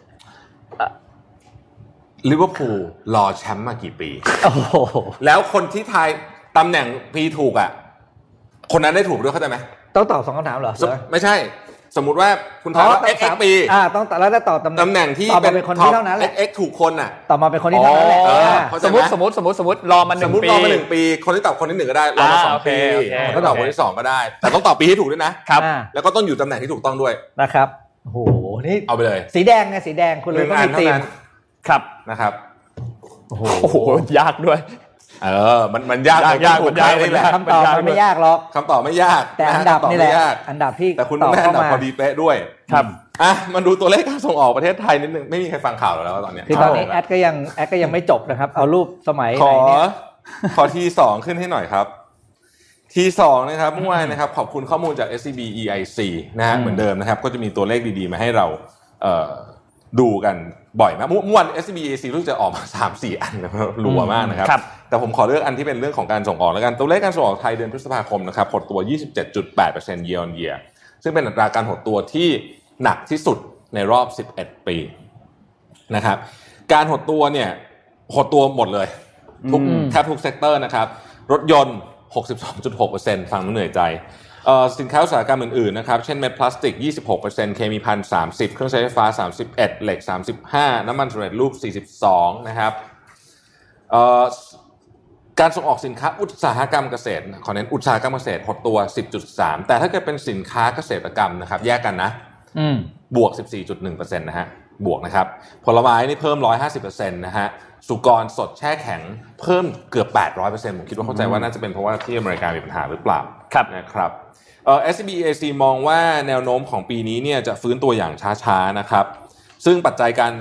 ลิเวอร์พูลรอแชมป์มากี่ปีโอ้โหแล้วคนที่ทายตำแหน่งปีถูกอ่ะคนนั้นได้ถูกด้วยเข้าใจไหมต้องตอบสองคำถามเหรอไม่ใช่สมมุติว่าคุณถามว่า x x ปีอ่าต้องแล้วได้ตอบตำแหน่งที่เป็นคนที่เท่านั้นแหละ x x ถูกคนอ่ะตอบมาเป็นคนที่เท่านั้นแหละสมมติสมมติสมมติสมมติรอมาหนึ่งปีสมมติรอมาหนึ่งปีคนที่ตอบคนที่หนึ่งก็ได้รอมาสองปีก็ตอบคนที่สองก็ได้แต่ต้องตอบปีให้ถูกด้วยนะครับแล้วก็ต้องอยู่ตำแหน่งที่ถูกต้องด้วยนะครับโอ้โหนี่เอาไปเลยสีแดงไงสีแดงคุณเลยต้องมีธีมครับนะครับโอ้โหยากด้วยเออมันมันยากยากมันยากนี่แหละคำตอบมันไม่ยากหรอกคำตอบไม่ยากแต่อันดับนี่แหละอันดับที่แต่คุณแม่อันดับพอดีเป๊ะด้วยครับอ่ะมันดูตัวเลขการส่งออกประเทศไทยนิดนึงไม่มีใครฟังข่าวแล้วตอนนี้คือตอนนี้แอดก็ยังแอดก็ยังไม่จบนะครับเอารูปสมัยไหนเนี่ยขอทีสองขึ้นให้หน่อยครับทีสองนะครับเมื่อวานนะครับขอบคุณข้อมูลจาก เอส ซี บี อี ไอ ซี นะฮะเหมือนเดิมนะครับก็จะมีตัวเลขดีๆมาให้เราเอ่อดูกันบ่อยมากเมื่อวัน เอส ซี บี อี ไอ ซี รู้สึกจะออกมา สามสี่ อันรัวมากนะครับแต่ผมขอเลือกอันที่เป็นเรื่องของการส่งออกแล้วกันตัวเลขการส่งออกไทยเดือนพฤษภาคมนะครับหดตัว ยี่สิบเจ็ดจุดแปดเปอร์เซ็นต์ year on year ซึ่งเป็นอัตราการหดตัวที่หนักที่สุดในรอบสิบเอ็ดปีนะครับการหดตัวเนี่ยหดตัวหมดเลยทุกแทบทุกเซกเตอร์นะครับรถยนต์ หกสิบสองจุดหกเปอร์เซ็นต์ ฟังแล้วเหนื่อยใจสินค้าอุตสาหกรรมอื่นๆนะครับเช่นเม็ดพลาสติก ยี่สิบหกเปอร์เซ็นต์ เคมีภัณฑ์ สามสิบ เครื่องใช้ไฟฟ้า สามสิบเอ็ด เหล็ก สามสิบห้า น้ำมันสำเร็จรูป สี่สิบสอง นะครับการส่งออกสินค้าอุตสาหกรรมเกษตรขอเน้นอุตสาหกรรมเกษตรหดตัว สิบจุดสาม แต่ถ้าเกิดเป็นสินค้าเกษตรกรรมนะครับแยกกันนะบวก สิบสี่จุดหนึ่งเปอร์เซ็นต์ นะฮะบวกนะครับผลไม้นี่เพิ่ม หนึ่งร้อยห้าสิบเปอร์เซ็นต์ นะฮะสุกรสดแช่แข็งเพิ่มเกือบ แปดร้อยเปอร์เซ็นต์ ผมคิดว่าเข้าใจว่าน่าจะเป็นเพราะว่าที่อเมริกามีปัญหาหรือเปล่านะครับเอ่อ เอส ซี บี อี ไอ ซี มองว่าแนวโน้มของปีนี้เนี่ยจะฟื้นตัวอย่างช้าๆนะครับซึ่งปัจจัยการ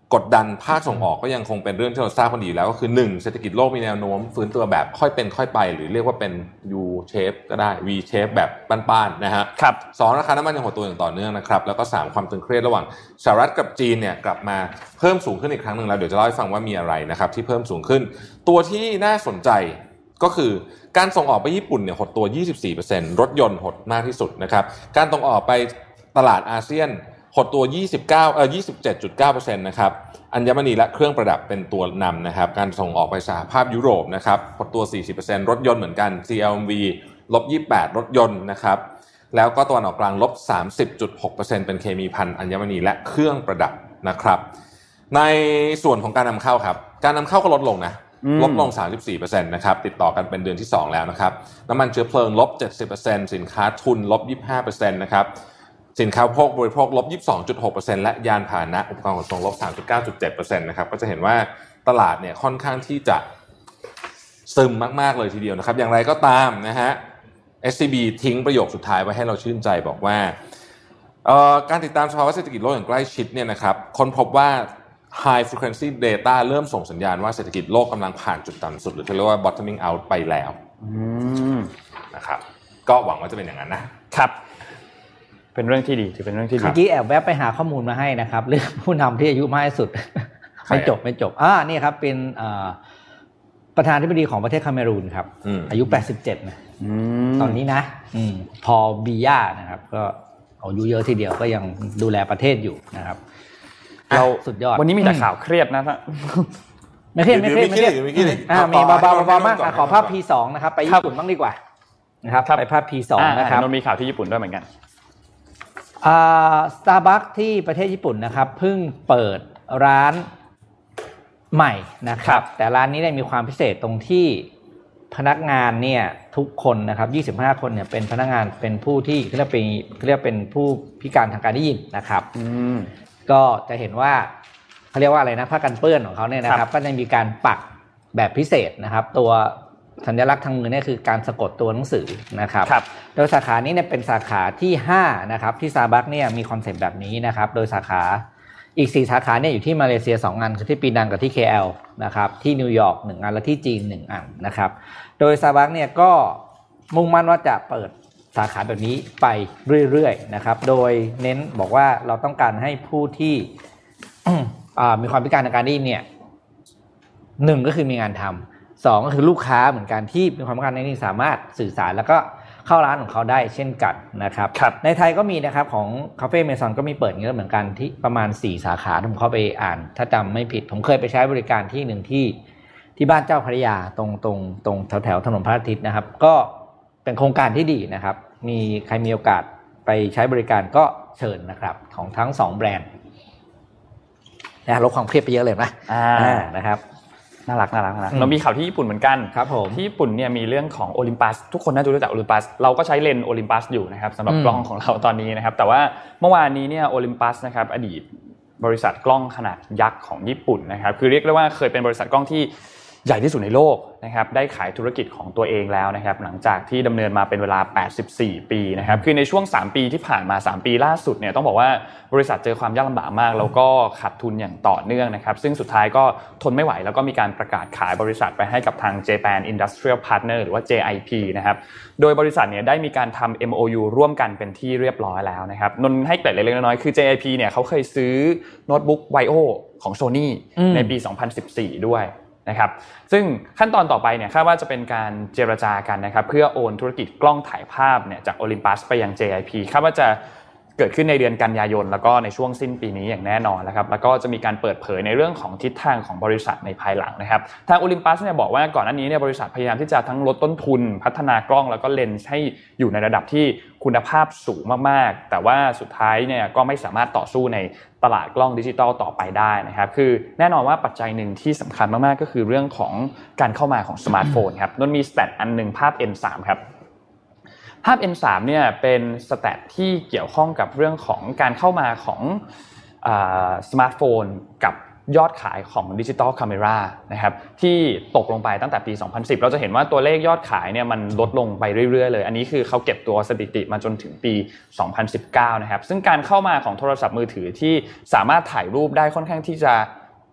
กดดันภาคส่งออกก็ยังคงเป็นเรื่องที่เราทราบกันดีแล้วก็คือหนึ่งเศรษฐกิจโลกมีแนวโน้มฟื้นตัวแบบค่อยเป็นค่อยไปหรือเรียกว่าเป็น U shape ก็ได้ V shape แบบป้านๆนะฮะครับสองราคาน้ำมันยังหดตัวอย่างต่อเนื่องนะครับแล้วก็สามความตึงเครียดระหว่างสหรัฐกับจีนเนี่ยกลับมาเพิ่มสูงขึ้นอีกครั้งนึงแล้วเดี๋ยวจะเล่าให้ฟังว่ามีอะไรนะครับที่เพิ่มสูงขึ้นตัวที่น่าสนใจก็คือการส่งออกไปญี่ปุ่นเนี่ยหดตัว ยี่สิบสี่เปอร์เซ็นต์ รถยนต์หดมากที่สุดนะครับการส่งออกไปตลาดอาเซียนหดตัวยี่สิบเก้าเอ่อ ยี่สิบเจ็ดจุดเก้าเปอร์เซ็นต์ นะครับอัญมณีและเครื่องประดับเป็นตัวนำนะครับการส่งออกไปสหภาพยุโรปนะครับหดตัว สี่สิบเปอร์เซ็นต์ รถยนต์เหมือนกัน ซี แอล เอ็ม วี ลบยี่สิบแปด รถยนต์นะครับแล้วก็ตะวันออกกลางลบ สามสิบจุดหกเปอร์เซ็นต์ เป็นเคมีภัณฑ์อัญมณีและเครื่องประดับนะครับในส่วนของการนำเข้าครับการนำเข้าก็ลดลงนะลดลง สามสิบสี่เปอร์เซ็นต์ นะครับติดต่อกันเป็นเดือนที่สองแล้วนะครับน้ำมันเชื้อเพลิงลบ เจ็ดสิบเปอร์เซ็นต์ สินค้าทุนลบ ยี่สิบห้าเปอร์เซ็นต์ นะครับสินค้าอุปโภคบริโภคลบ ยี่สิบสองจุดหกเปอร์เซ็นต์ และยานพาหนะอุปกรณ์ขนส่งลบ สามสิบเก้าจุดเจ็ดเปอร์เซ็นต์ นะครับก็จะเห็นว่าตลาดเนี่ยค่อนข้างที่จะซึมมากๆเลยทีเดียวนะครับอย่างไรก็ตามนะฮะ เอส ซี บี ทิ้งประโยคสุดท้ายไว้ให้เราชื่นใจบอกว่าการติดตามสภาวะเศรษฐกิจโลกอย่างใกล้ชิดเนี่ยนะครับค้นพบว่า High Frequency Data เริ่มส่งสัญญาณว่าเศรษฐกิจโลกกำลังผ่านจุดต่ำสุดหรือที่เรียกว่า bottoming out ไปแล้วนะครับก็หวังว่าจะเป็นอย่างนั้นนะครับเป็นเรื่องที่ดีถือเป็นเรื่องที่ดีเมื่อกี้แอบแวบไปหาข้อมูลมาให้นะครับเรื่องผู้นำที่อายุมากที่สุดไม่จบไม่จบอ่านี่ครับเป็นประธานาธิบดีของประเทศคาเมรูนครับอายุแปดสิบเจ็ดนะตอนนี้นะพอบิยานะครับก็อายุเยอะทีเดียวก็ยังดูแลประเทศอยู่นะครับเราสุดยอดวันนี้มีแต่ข่าวเครียดนะไม่เครียดไม่เครียดไม่เครียดอ่ามีเบาๆเบาๆมากขอภาพ พี สอง นะครับไปญี่ปุ่นบ้างดีกว่านะครับไปภาพ พี สอง นะครับมันมีข่าวที่ญี่ปุ่นด้วยเหมือนกันอ่า Starbucks ที่ประเทศญี่ปุ่นนะครับเพิ่งเปิดร้านใหม่นะครับแต่ร้านนี้เนี่ยมีความพิเศษตรงที่พนักงานเนี่ยทุกคนนะครับยี่สิบห้าคนเนี่ยเป็นพนักงานเป็นผู้ที่เรียกเป็นเรียกเป็นผู้พิการทางการได้ยินนะครับอืมก็จะเห็นว่าเขาเรียกว่าอะไรนะผ้ากันเปื้อนของเขาเนี่ยนะครับก็จะมีการปักแบบพิเศษนะครับตัวสัญลักษณ์ทางมือเนี่ยคือการสะกดตัวหนังสือนะครับโดยสาขานี้เนี่ยเป็นสาขาที่ห้านะครับที่ Starbucks เนี่ยมีคอนเซ็ปต์แบบนี้นะครับโดยสาขาอีกสี่สาขาเนี่ยอยู่ที่มาเลเซียสองอันคือที่ปีนังกับที่ เค แอล นะครับที่นิวยอร์กหนึ่งอันและที่จีนหนึ่งอันนะครับโดย Starbucks เนี่ยก็มุ่งมั่นว่าจะเปิดสาขาแบบนี้ไปเรื่อยๆนะครับโดยเน้นบอกว่าเราต้องการให้ผู้ที่ มีความพิการทางการได้ยินเนี่ยหนึ่งก็คือมีงานทำสองก็คือลูกค้าเหมือนกันที่มีความพิการทางการได้ยินสามารถสื่อสารแล้วก็เข้าร้านของเขาได้เช่นกันนะครับในไทยก็มีนะครับของคาเฟ่เมซอนก็มีเปิดเงี้ยเหมือนกันที่ประมาณสี่สาขาผมเข้าไปอ่านถ้าจำไม่ผิดผมเคยไปใช้บริการที่หนึ่งที่ที่บ้านเจ้าพระยาตรงตรงตรงแถวแถวถนนพระอาทิตย์นะครับก็เป็นโครงการที่ดีนะครับมีใครมีโอกาสไปใช้บริการก็เชิญนะครับของทั้งสองแบรนด์นะลดความเครียดไปเยอะเลยนะอ่านะครับน่ารักน่ารักนะเรามีข่าวที่ญี่ปุ่นเหมือนกันครับผมที่ญี่ปุ่นเนี่ยมีเรื่องของโอลิมปัสทุกคนน่าจะรู้จักโอลิมปัสเราก็ใช้เลนส์โอลิมปัสอยู่นะครับสำหรับกล้องของเราตอนนี้นะครับแต่ว่าเมื่อวานนี้เนี่ยโอลิมปัสนะครับอดีตบริษัทกล้องขนาดยักษ์ของญี่ปุ่นนะครับคือเรียกได้ว่าเคยเป็นบริษัทกล้องที่ใหญ่ที่สุดในโลกนะครับได้ขายธุรกิจของตัวเองแล้วนะครับหลังจากที่ดำเนินมาเป็นเวลาแปดสิบสี่ปีนะครับคือในช่วงสามปีที่ผ่านมาสามปีล่าสุดเนี่ยต้องบอกว่าบริษัทเจอความยากลำบากมากแล้วก็ขาดทุนอย่างต่อเนื่องนะครับซึ่งสุดท้ายก็ทนไม่ไหวแล้วก็มีการประกาศขายบริษัทไปให้กับทาง Japan Industrial Partner หรือว่า เจ ไอ พี นะครับโดยบริษัทเนี่ยได้มีการทำ เอ็ม โอ ยู ร่วมกันเป็นที่เรียบร้อยแล้วนะครับนนให้เกร็ดเล็กๆน้อยๆคือ เจ ไอ พี เนี่ยเขาเคยซื้อโน้ตบุ๊ก Vaio ของ Sony ในปีสองพันสิบสี่ด้วยนะครับซึ่งขั้นตอนต่อไปเนี่ยคาดว่าจะเป็นการเจรจากันนะครับเพื่อโอนธุรกิจกล้องถ่ายภาพเนี่ยจาก Olympus ไปยัง เจ ไอ พี คาดว่าจะเกิดขึ้นในเดือนกันยายนแล้วก็ในช่วงสิ้นปีนี้อย่างแน่นอนนะครับแล้วก็จะมีการเปิดเผยในเรื่องของทิศทางของบริษัทในภายหลังนะครับทาง Olympus เนี่ยบอกว่าก่อนหน้านี้เนี่ยบริษัทพยายามที่จะทั้งลดต้นทุนพัฒนากล้องแล้วก็เลนส์ให้อยู่ในระดับที่คุณภาพสูงมากๆแต่ว่าสุดท้ายเนี่ยก็ไม่สามารถต่อสู้ในตลาดกล้องดิจิตอลต่อไปได้นะครับคือแน่นอนว่าปัจจัยหนึ่งที่สำคัญมากๆก็คือเรื่องของการเข้ามาของสมาร์ทโฟนครับนนมีสแตทอันนึงภาพ เอ็น สาม ครับภาพ เอ็น สาม เนี่ยเป็นสแตทที่เกี่ยวข้องกับเรื่องของการเข้ามาของอ่าสมาร์ทโฟนกับยอดขายของดิจิตอลคาเมรานะครับที่ตกลงไปตั้งแต่ปีสองพันสิบเราจะเห็นว่าตัวเลขยอดขายเนี่ยมันลดลงไปเรื่อยๆเลยอันนี้คือเขาเก็บตัวสถิติมาจนถึงปีสองพันสิบเก้านะครับซึ่งการเข้ามาของโทรศัพท์มือถือที่สามารถถ่ายรูปได้ค่อนข้างที่จะ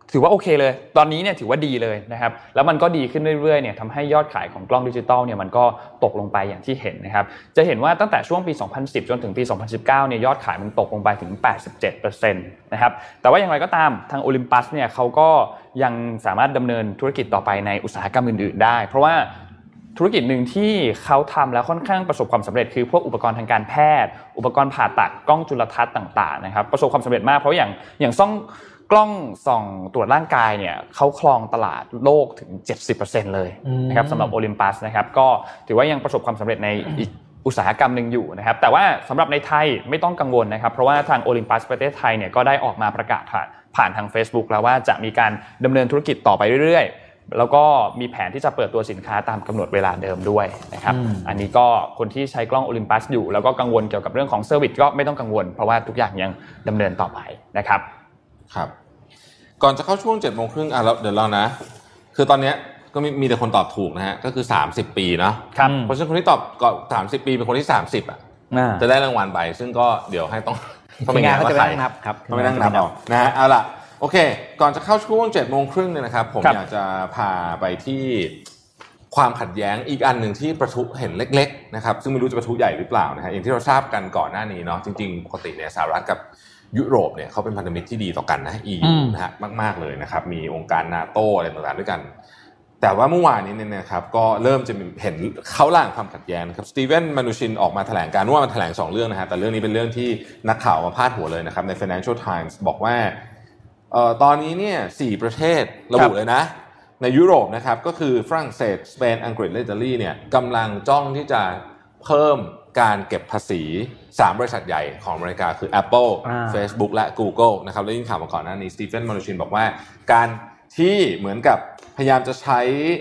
ถือว่าโอเคเลยตอนนี้เนี่ยถือว่าดีเลยนะครับแล้วมันก็ดีขึ้นเรื่อยๆเนี่ยทำให้ยอดขายของกล้องดิจิตอลเนี่ยมันก็ตกลงไปอย่างที่เห็นนะครับจะเห็นว่าตั้งแต่ช่วงปีสองพันสิบจนถึงปีสองพันสิบเก้าเนี่ยยอดขายมันตกลงไปถึง แปดสิบเจ็ดเปอร์เซ็นต์ นะครับแต่ว่าอย่างไรก็ตามทาง Olympus เนี่ยเขาก็ยังสามารถดำเนินธุรกิจต่อไปในอุตสาหกรรมอื่นๆได้เพราะว่าธุรกิจหนึ่งที่เขาทำแล้วค่อนข้างประสบความสำเร็จคือพวกอุปกรณ์ทางการแพทย์อุปกรณ์ผ่าตัดกล้องจุลทรรศน์ต่างๆนะครับประสบความสำเร็จมากเพราะอย่างอย่างซ่องกล้องส่องตรวจร่างกายเนี่ยเขาครองตลาดโลกถึง เจ็ดสิบเปอร์เซ็นต์ เลยนะครับสำหรับ Olympus นะครับก็ถือว่ายังประสบความสำเร็จในอีกอุตสาหกรรมนึงอยู่นะครับแต่ว่าสำหรับในไทยไม่ต้องกังวลนะครับเพราะว่าทาง Olympus ประเทศไทยเนี่ยก็ได้ออกมาประกาศผ่านผ่านทาง Facebook แล้วว่าจะมีการดำเนินธุรกิจต่อไปเรื่อยๆแล้วก็มีแผนที่จะเปิดตัวสินค้าตามกำหนดเวลาเดิมด้วยนะครับอันนี้ก็คนที่ใช้กล้อง Olympus อยู่แล้วก็กังวลเกี่ยวกับเรื่องของเซอร์วิสก็ไม่ต้องกังวลเพราะว่าทุกอย่างยังดำเนินต่อไปนะครับครับก่อนจะเข้าช่วง เจ็ดโมงครึ่งอ่ะแล้วเดี๋ยวเรานะคือตอนเนี้ยก็มีมีแต่คนตอบถูกนะฮะก็คือสามสิบปีเนาะครับเพราะฉะนั้นคนที่ตอบก็สามสิบปีเป็นคนที่สามสิบอ่ะจะได้รางวัลไปซึ่งก็เดี๋ยวให้ต้องต้องไปงานก็จะไปนั่งนับครับต้องไปนั่งนับเอานะฮะเอาล่ะโอเคก่อนจะเข้าช่วง เจ็ดโมงครึ่งเนี่ยนะครับผมอยากจะพาไปที่ความขัดแย้งอีกอันหนึ่งที่ประทุเห็นเล็กๆนะครับซึ่งไม่รู้จะประทุใหญ่หรือเปล่านะฮะอย่างที่เราทราบกันก่อนหน้านี้เนาะจริงๆปกติเนี่ยสหรัฐกับยุโรปเนี่ยเขาเป็นพันธมิตรที่ดีต่อกันนะ อี ยู นะฮะมากๆเลยนะครับมีองค์การ NATO อะไรต่างๆด้วยกันแต่ว่าเมื่อวานนี้เนี่ยนะครับก็เริ่มจะเห็นเขาล่างความขัดแย้งนะครับสตีเวนมานูชินออกมาแถลงการว่ามันแถลงสองเรื่องนะฮะแต่เรื่องนี้เป็นเรื่องที่นักข่าวมาพาดหัวเลยนะครับใน Financial Times บอกว่าเอ่อตอนนี้เนี่ยสี่ประเทศระบุเลยนะในยุโรปนะครับก็คือฝรั่งเศสสเปนอังกฤษและอิตาลีเนี่ยกำลังจ้องที่จะเพิ่มการเก็บภาษีสามบริษัทใหญ่ของอเมริกาคือ Apple Facebook และ Google นะครับแล้วยิ่งข่าวมาก่อนหน้านี้สตีเฟนมานูชินบอกว่าการที่เหมือนกับพยายามจะใช้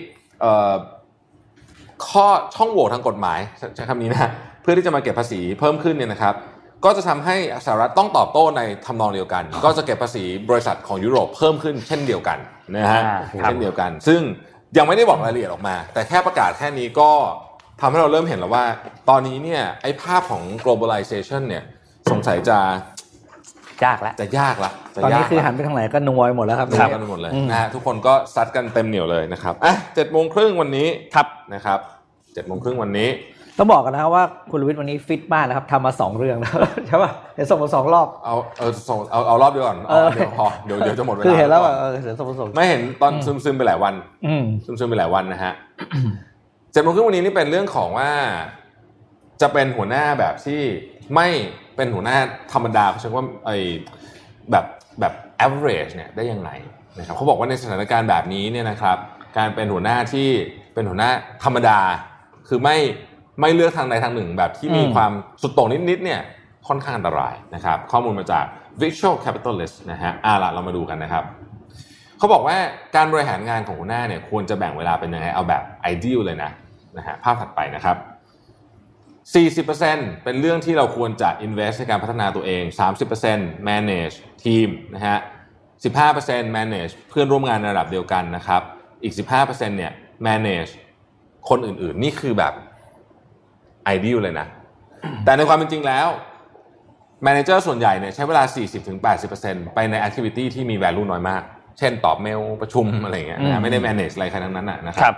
ข้อช่องโหว่ทางกฎหมายใช้คำนี้นะเพื่อที่จะมาเก็บภาษีเพิ่มขึ้นเนี่ยนะครับก็จะทำให้สหรัฐต้องตอบโต้ในทำนองเดียวกันก็จะเก็บภาษีบริษัทของยุโรปเพิ่มขึ้นเช่นเดียวกันนะฮะเช่นเดียวกันซึ่งยังไม่ได้บอกรายละเอียดออกมาแต่แค่ประกาศแค่นี้ก็ทำให้เราเริ่มเห็นแล้วว่าตอนนี้เนี่ยไอ้ภาพของ globalization เนี่ยสงสัยจะยากแล้วจะยากละตอนนี้คือหันไปทางไหนก็นัวหมดแล้วครับนัวกันหมดเลยนะฮะทุกคนก็ซัดกันเต็มเหนียวเลยนะครับอ่ะเจ็ดโมงครึ่งวันนี้ครับนะครับเจ็ดโมงครึ่งวันนี้ต้องบอกกันนะครับว่าคุณลวิทย์วันนี้ฟิตมากนะครับทำมาสองเรื่องแล้วใช่ป่ะเดี๋ยวส่งมาสองรอบเอาเออส่งเอาเอารอบเดียวก่อนเดี๋ยวพอเดี๋ยวเดี๋ยวจะหมดเวลาคือเห็นแล้วเออเดี๋ยวส่งมาส่งไม่เห็นตอนซึมซึมไปหลายวันซึมซึมไปหลายวันนะฮะเจ็ดโมงครึ่งวันนี้นี่เป็นเรื่องของว่าจะเป็นหัวหน้าแบบที่ไม่เป็นหัวหน้าธรรมดาเขาใช้ว่าไอ้แบบแบบ average เนี่ยได้ยังไงนะครับเขาบอกว่าในสถานการณ์แบบนี้เนี่ยนะครับการเป็นหัวหน้าที่เป็นหัวหน้าธรรมดาคือไม่ไม่เลือกทางใดทางหนึ่งแบบที่มีความสุดโต่งนิดๆเนี่ยค่อนข้างอันตรายนะครับข้อมูลมาจาก Visual Capitalist นะฮะอ่ะล่ะเรามาดูกันนะครับเขาบอกว่าการบริหารงานของหัวหน้าเนี่ยควรจะแบ่งเวลาเป็นยังไงเอาแบบ ideal เลยนะนะฮะภาพถัดไปนะครับสี่สิบเปอร์เซ็นต์ เป็นเรื่องที่เราควรจะ invest ในการพัฒนาตัวเอง สามสิบเปอร์เซ็นต์ manage ทีมนะฮะ สิบห้าเปอร์เซ็นต์ manage เพื่อนร่วมงานในระดับเดียวกันนะครับอีก สิบห้าเปอร์เซ็นต์ เนี่ย manage คนอื่นๆนี่คือแบบ ideal เลยนะแต่ในความเป็นจริงแล้ว manager ส่วนใหญ่เนี่ยใช้เวลา สี่สิบถึงแปดสิบเปอร์เซ็นต์ ไปใน activity ที่มี value น้อยมากเช่นตอบเมลประชุมอะไรอย่างเงี้ยนะไม่ได้ manage อะไรขนาดนั้นนะครับ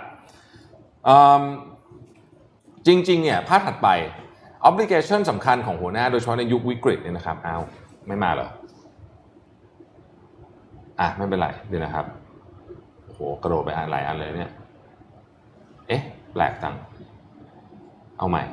จริงๆเนี่ยภาพถัดไป obligation สำคัญของหัวหน้าโดยเฉพาะในยุควิกฤตเนี่ยนะครับอ้าวไม่มาเหรออ่ะไม่เป็นไรเดี๋ยวนะครับโอ้โหกระโดดไปอ่านหลายอันเลยเนี่ยเอ๊ะแปลกจังเอาใหม่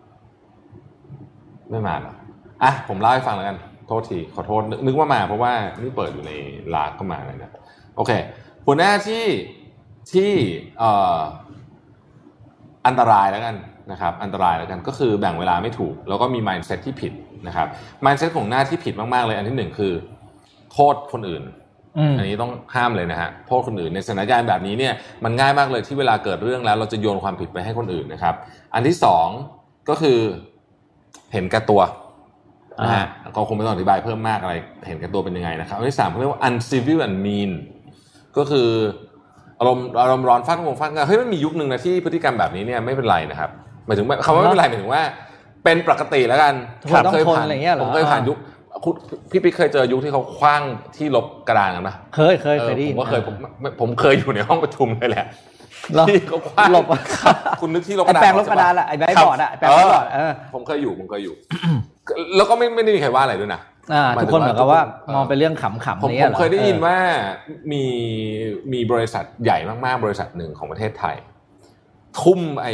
ไม่มาเหรออ่ะผมเล่าให้ฟังแล้วกันโทษทีขอโทษนึกว่ามาเพราะว่านี่เปิดอยู่ในไลน์ก็มาเลยนะโอเคหัวหน้าที่ที่เอ่ออันตรายแล้วกันนะครับอันตรายแล้วกันก็คือแบ่งเวลาไม่ถูกแล้วก็มี mindset ที่ผิดนะครับ mindset ของหน้าที่ผิดมากๆเลยอันที่หนึ่งคือโทษคนอื่นอันนี้ต้องห้ามเลยนะฮะโทษคนอื่นในสถานการณ์แบบนี้เนี่ยมันง่ายมากเลยที่เวลาเกิดเรื่องแล้วเราจะโยนความผิดไปให้คนอื่นนะครับอันที่สองก็คือเห็นแก่ตัวนะฮะก็คงไม่ต้องอธิบายเพิ่มมากอะไรเห็นแก่ตัวเป็นยังไงนะครับอันที่สามเขาเรียกว่า uncivil and mean ก็คืออารมณ์อารมณ์ร้อนฟาดงงฟาดงานเฮ้ยมันมียุคนึงนะที่พฤติกรรมแบบนี้เนี่ยไม่เป็นไรนะครับหมายถึงคำว่าไม่เป็นไรหมายถึงว่าเป็นปกติแล้วกันเคยผ่านผมเคยผ่านยุคคุณพี่ปิ๊กเคยเจอยุคที่เขาคว้างที่ลบกระดานกันปะเคยเคยเคยได้ยินผมก็เคยผมผมเคยอยู่ในห้องประชุมเลยแหละที่เขาคว้างลบคุณนึกที่ลบกระดานแปลงลบกระดานอะไอ้ใบบอร์ดอะแปลงลบบอร์ดเออผมเคยอยู่ผมเคยอยู่แล้วก็ไม่ไม่ได้มีใครว่าอะไรด้วยนะทุกคนเหมือนกับว่ามองเป็นเรื่องขำๆนี้ผมเคยได้ยินว่ามีมีบริษัทใหญ่มากๆบริษัทหนึ่งของประเทศไทยทุ่มไอ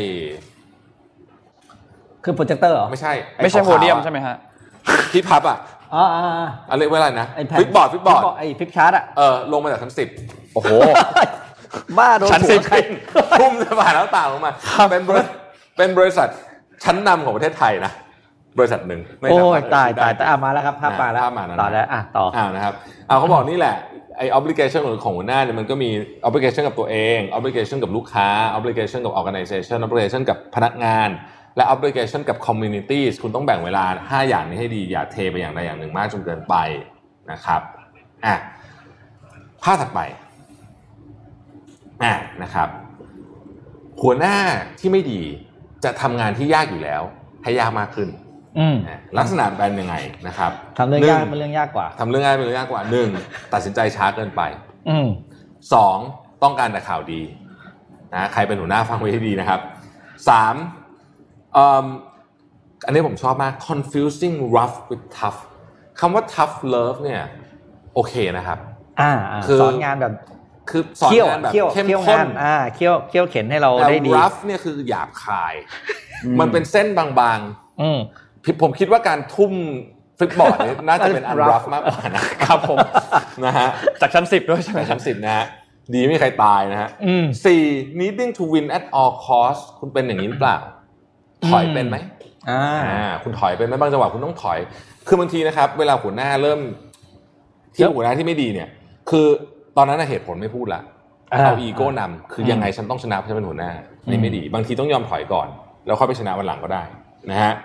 คือโปรเจคเตอร์เหรอไม่ใช่ไม่ใช่โพเดียมใช่ไหมฮะที่พับอ่ะอ๋ออะไรเวลานะฟลิปบอร์ดฟลิปบอร์ดไอ้ฟลิปชาร์ตอ่ะเออลงมาจากชั้นสิบโอ้โหบ้าโดนชั้นสิบทุ่มจะผ่านแล้วต่างลงมาเป็นเป็นบริษัทชั้นนำของประเทศไทยนะบริษัทหนึ่งโอ้ยตายตายแต่มาแล้วครับภาพมาแล้วต่อแล้วอ่ะต่ออ่านะครับเอาเขาบอกนี่แหละไอ้ obligation ของหัวหน้าเนี่ยมันก็มี obligation กับตัวเอง obligation กับลูกค้า obligation กับ organization obligation กับพนักงานและ obligation กับ communities คุณต้องแบ่งเวลาห้าอย่างนี้ให้ดีอย่าเทไปอย่างใดอย่างหนึ่งมากจนเกินไปนะครับอ่ะภาพถัดไปอ่ะนะครับหัวหน้าที่ไม่ดีจะทำงานที่ยากอยู่แล้วให้ยากมากขึ้นลักษณะเป็นยังไงนะครับทำเรื่องยากเป็นเรื่องยากกว่าทำเรื่องง่ายเป็นเรื่องยากกว่าหนึ่งตัดสินใจช้าเกินไปสองต้องการแต่ข่าวดีนะใครเป็นหัวหน้าฟังไว้ให้ดีนะครับสามอันนี้ผมชอบมาก confusing rough with tough คำว่า tough love เนี่ยโอเคนะครับอ่าสอนงานแบบคือสอนงานแบบเข้มข้นอ่าเคี่ยวเคี่ยวเข็นให้เราได้ดี rough เนี่ยคือหยาบคายมันเป็นเส้นบางๆผมคิดว่าการทุ่มฟลิปบอร์ดนี่น่าจะเป็นอันรัฟมากกว่านะครับผมนะฮะจากชั้นสิบด้วยใช่ไหมชั้นสิบนะฮะดีไม่มีใครตายนะฮะสี่ needing to win at all cost คุณเป็นอย่างนี้หรือเปล่าถอยเป็นไหมอ่าคุณถอยเป็นไหมบางจังหวะคุณต้องถอยคือบางทีนะครับเวลาหัวหน้าเริ่มที่หัวหน้าที่ไม่ดีเนี่ยคือตอนนั้นเหตุผลไม่พูดละเอาอีโก้นำคือยังไงฉันต้องชนะเพราะฉันเป็นหัวหน้านี่ไม่ดีบางทีต้องยอมถอยก่อนแล้วค่อยไปชนะวันหลังก็ได้นะฮะ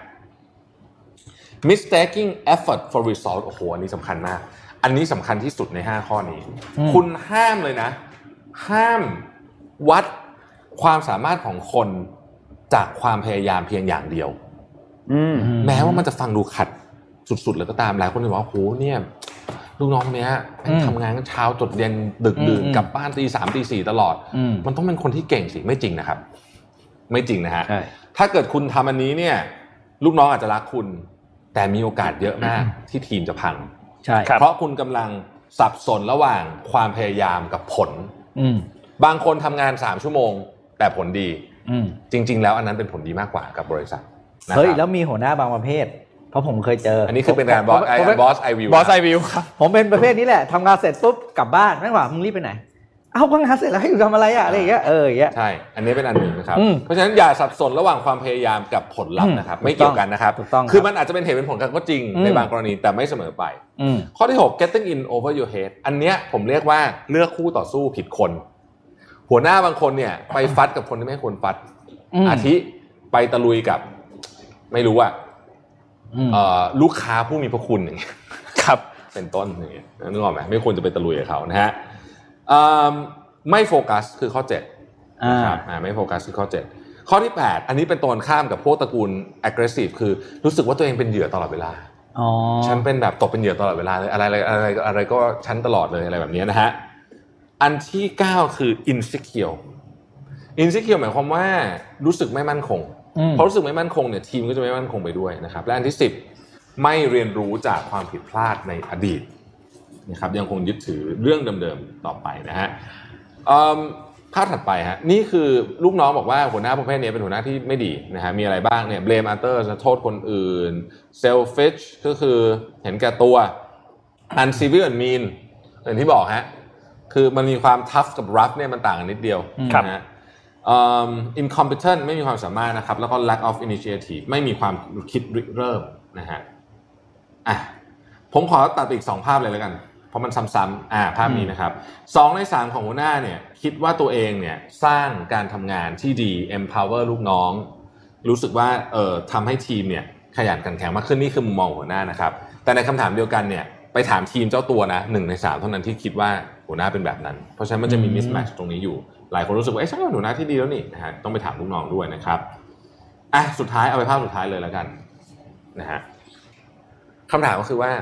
mistaking effort for result โอ้โหอันนี้สำคัญมากอันนี้สำคัญที่สุดในห้าข้อนี้คุณห้ามเลยนะห้ามวัดความสามารถของคนจากความพยายามเพียงอย่างเดียวแม้ว่ามันจะฟังดูขัดสุดๆเลยก็ตามหลายคนจะบอกว่าโหเนี่ยลูกน้องเนี้ยทำงานเช้าจดเย็นดึกดื่นกลับบ้านตีสามตีสี่ตลอดมันต้องเป็นคนที่เก่งสิไม่จริงนะครับไม่จริงนะฮะถ้าเกิดคุณทำอันนี้เนี่ยลูกน้องอาจจะรักคุณแต่มีโอกาสเยอะมากที่ทีมจะพังใช่เพราะคุณกำลังสับสนระหว่างความพยายามกับผลบางคนทำงานสามชั่วโมงแต่ผลดีจริงๆแล้วอันนั้นเป็นผลดีมากกว่ากับบริษัทเฮ้ยแล้วมีหัวหน้าบางประเภทเพราะผมเคยเจออันนี้คือเป็นการบอสไอบอสไอวิวบอสไอวิวครับผมเป็นประเภทนี้แหละทำงานเสร็จปุ๊บกลับบ้านไม่ว่ามึงรีบไปไหนเอาก็งานเสร็จแล้วให้อยู่ทำอะไรอะอะไรอย่างเงี้ยเอออย่างเงี้ยใช่อันนี้เป็นอันหนึ่งนะครับเพราะฉะนั้นอย่าสับสนระหว่างความพยายามกับผลลัพธ์นะครับไม่เกี่ยวกันนะครับคือมันอาจจะเป็นเหตุเป็นผลกันก็จริงในบางกรณีแต่ไม่เสมอไปข้อที่หก getting in over your head อันเนี้ยผมเรียกว่าเลือกคู่ต่อสู้ผิดคนหัวหน้าบางคนเนี่ยไปฟัดกับคนที่ไม่ควรฟัดอาทิไปตะลุยกับไม่รู้อะลูกค้าผู้มีพระคุณอย่างเงี้ยครับเป็นต้นอย่างเงี้ยนึกออกไหมไม่ควรจะไปตะลุยกับเขานะฮะไม่โฟกัสคือข้อเจ็ดครับไม่โฟกัสคือข้อเจ็ดข้อที่แปดอันนี้เป็นตรงข้ามกับพวกตระกูล aggressive คือรู้สึกว่าตัวเองเป็นเหยื่อตลอดเวลาอ๋อฉันเป็นแบบตกเป็นเหยื่อตลอดเวลาเลยอะไรอะไรอะไรอะไรก็ฉันตลอดเลยอะไรแบบนี้นะฮะอันที่เก้าคือ insecure insecure หมายความว่ารู้สึกไม่มั่นคงเพราะรู้สึกไม่มั่นคงเนี่ยทีมก็จะไม่มั่นคงไปด้วยนะครับและอันที่สิบไม่เรียนรู้จากความผิดพลาดในอดีตนะครับยังคงยึดถือเรื่องเดิมๆต่อไปนะฮะภาพถัดไปฮะนี่คือลูกน้องบอกว่าหัวหน้าประเภทนี้เป็นหัวหน้าที่ไม่ดีนะฮะมีอะไรบ้างเนี่ย blame others โทษคนอื่น selfish ก็คือเห็นแก่ตัว uncivil and mean อย่างที่บอกฮะคือมันมีความ tough กับ rough เนี่ยมันต่างกันนิดเดียวนะฮะUm, incompetent ไม่มีความสามารถนะครับแล้วก็ lack of initiative ไม่มีความคิดริเริ่มนะฮะอ่ะผมขอตัดอีกสองภาพเลยแล้วกันเพราะมันซ้ำๆอ่าภาพนี้นะครับสองในสามของหัวหน้าเนี่ยคิดว่าตัวเองเนี่ยสร้างการทำงานที่ดี empower ลูกน้องรู้สึกว่าเอ่อทำให้ทีมเนี่ยขยันขันแข็งมากขึ้นนี่คือมุมมองหัวหน้านะครับแต่ในคำถามเดียวกันเนี่ยไปถามทีมเจ้าตัวนะหนึ่งในสามเท่านั้นที่คิดว่าหัวหน้าเป็นแบบนั้นเพราะฉะนั้นมันจะมี mismatch ตรงนี้อยู่หลายคนรู้สึกว่าเอ๊ะฉันเป็นหัวหน้าที่ดีแล้วนี่นะฮะต้องไปถามลูกน้องด้วยนะครับอ่ะสุดท้ายเอาไปภาพสุดท้ายเลยแล้วกันนะฮะคำถามก็คือว่า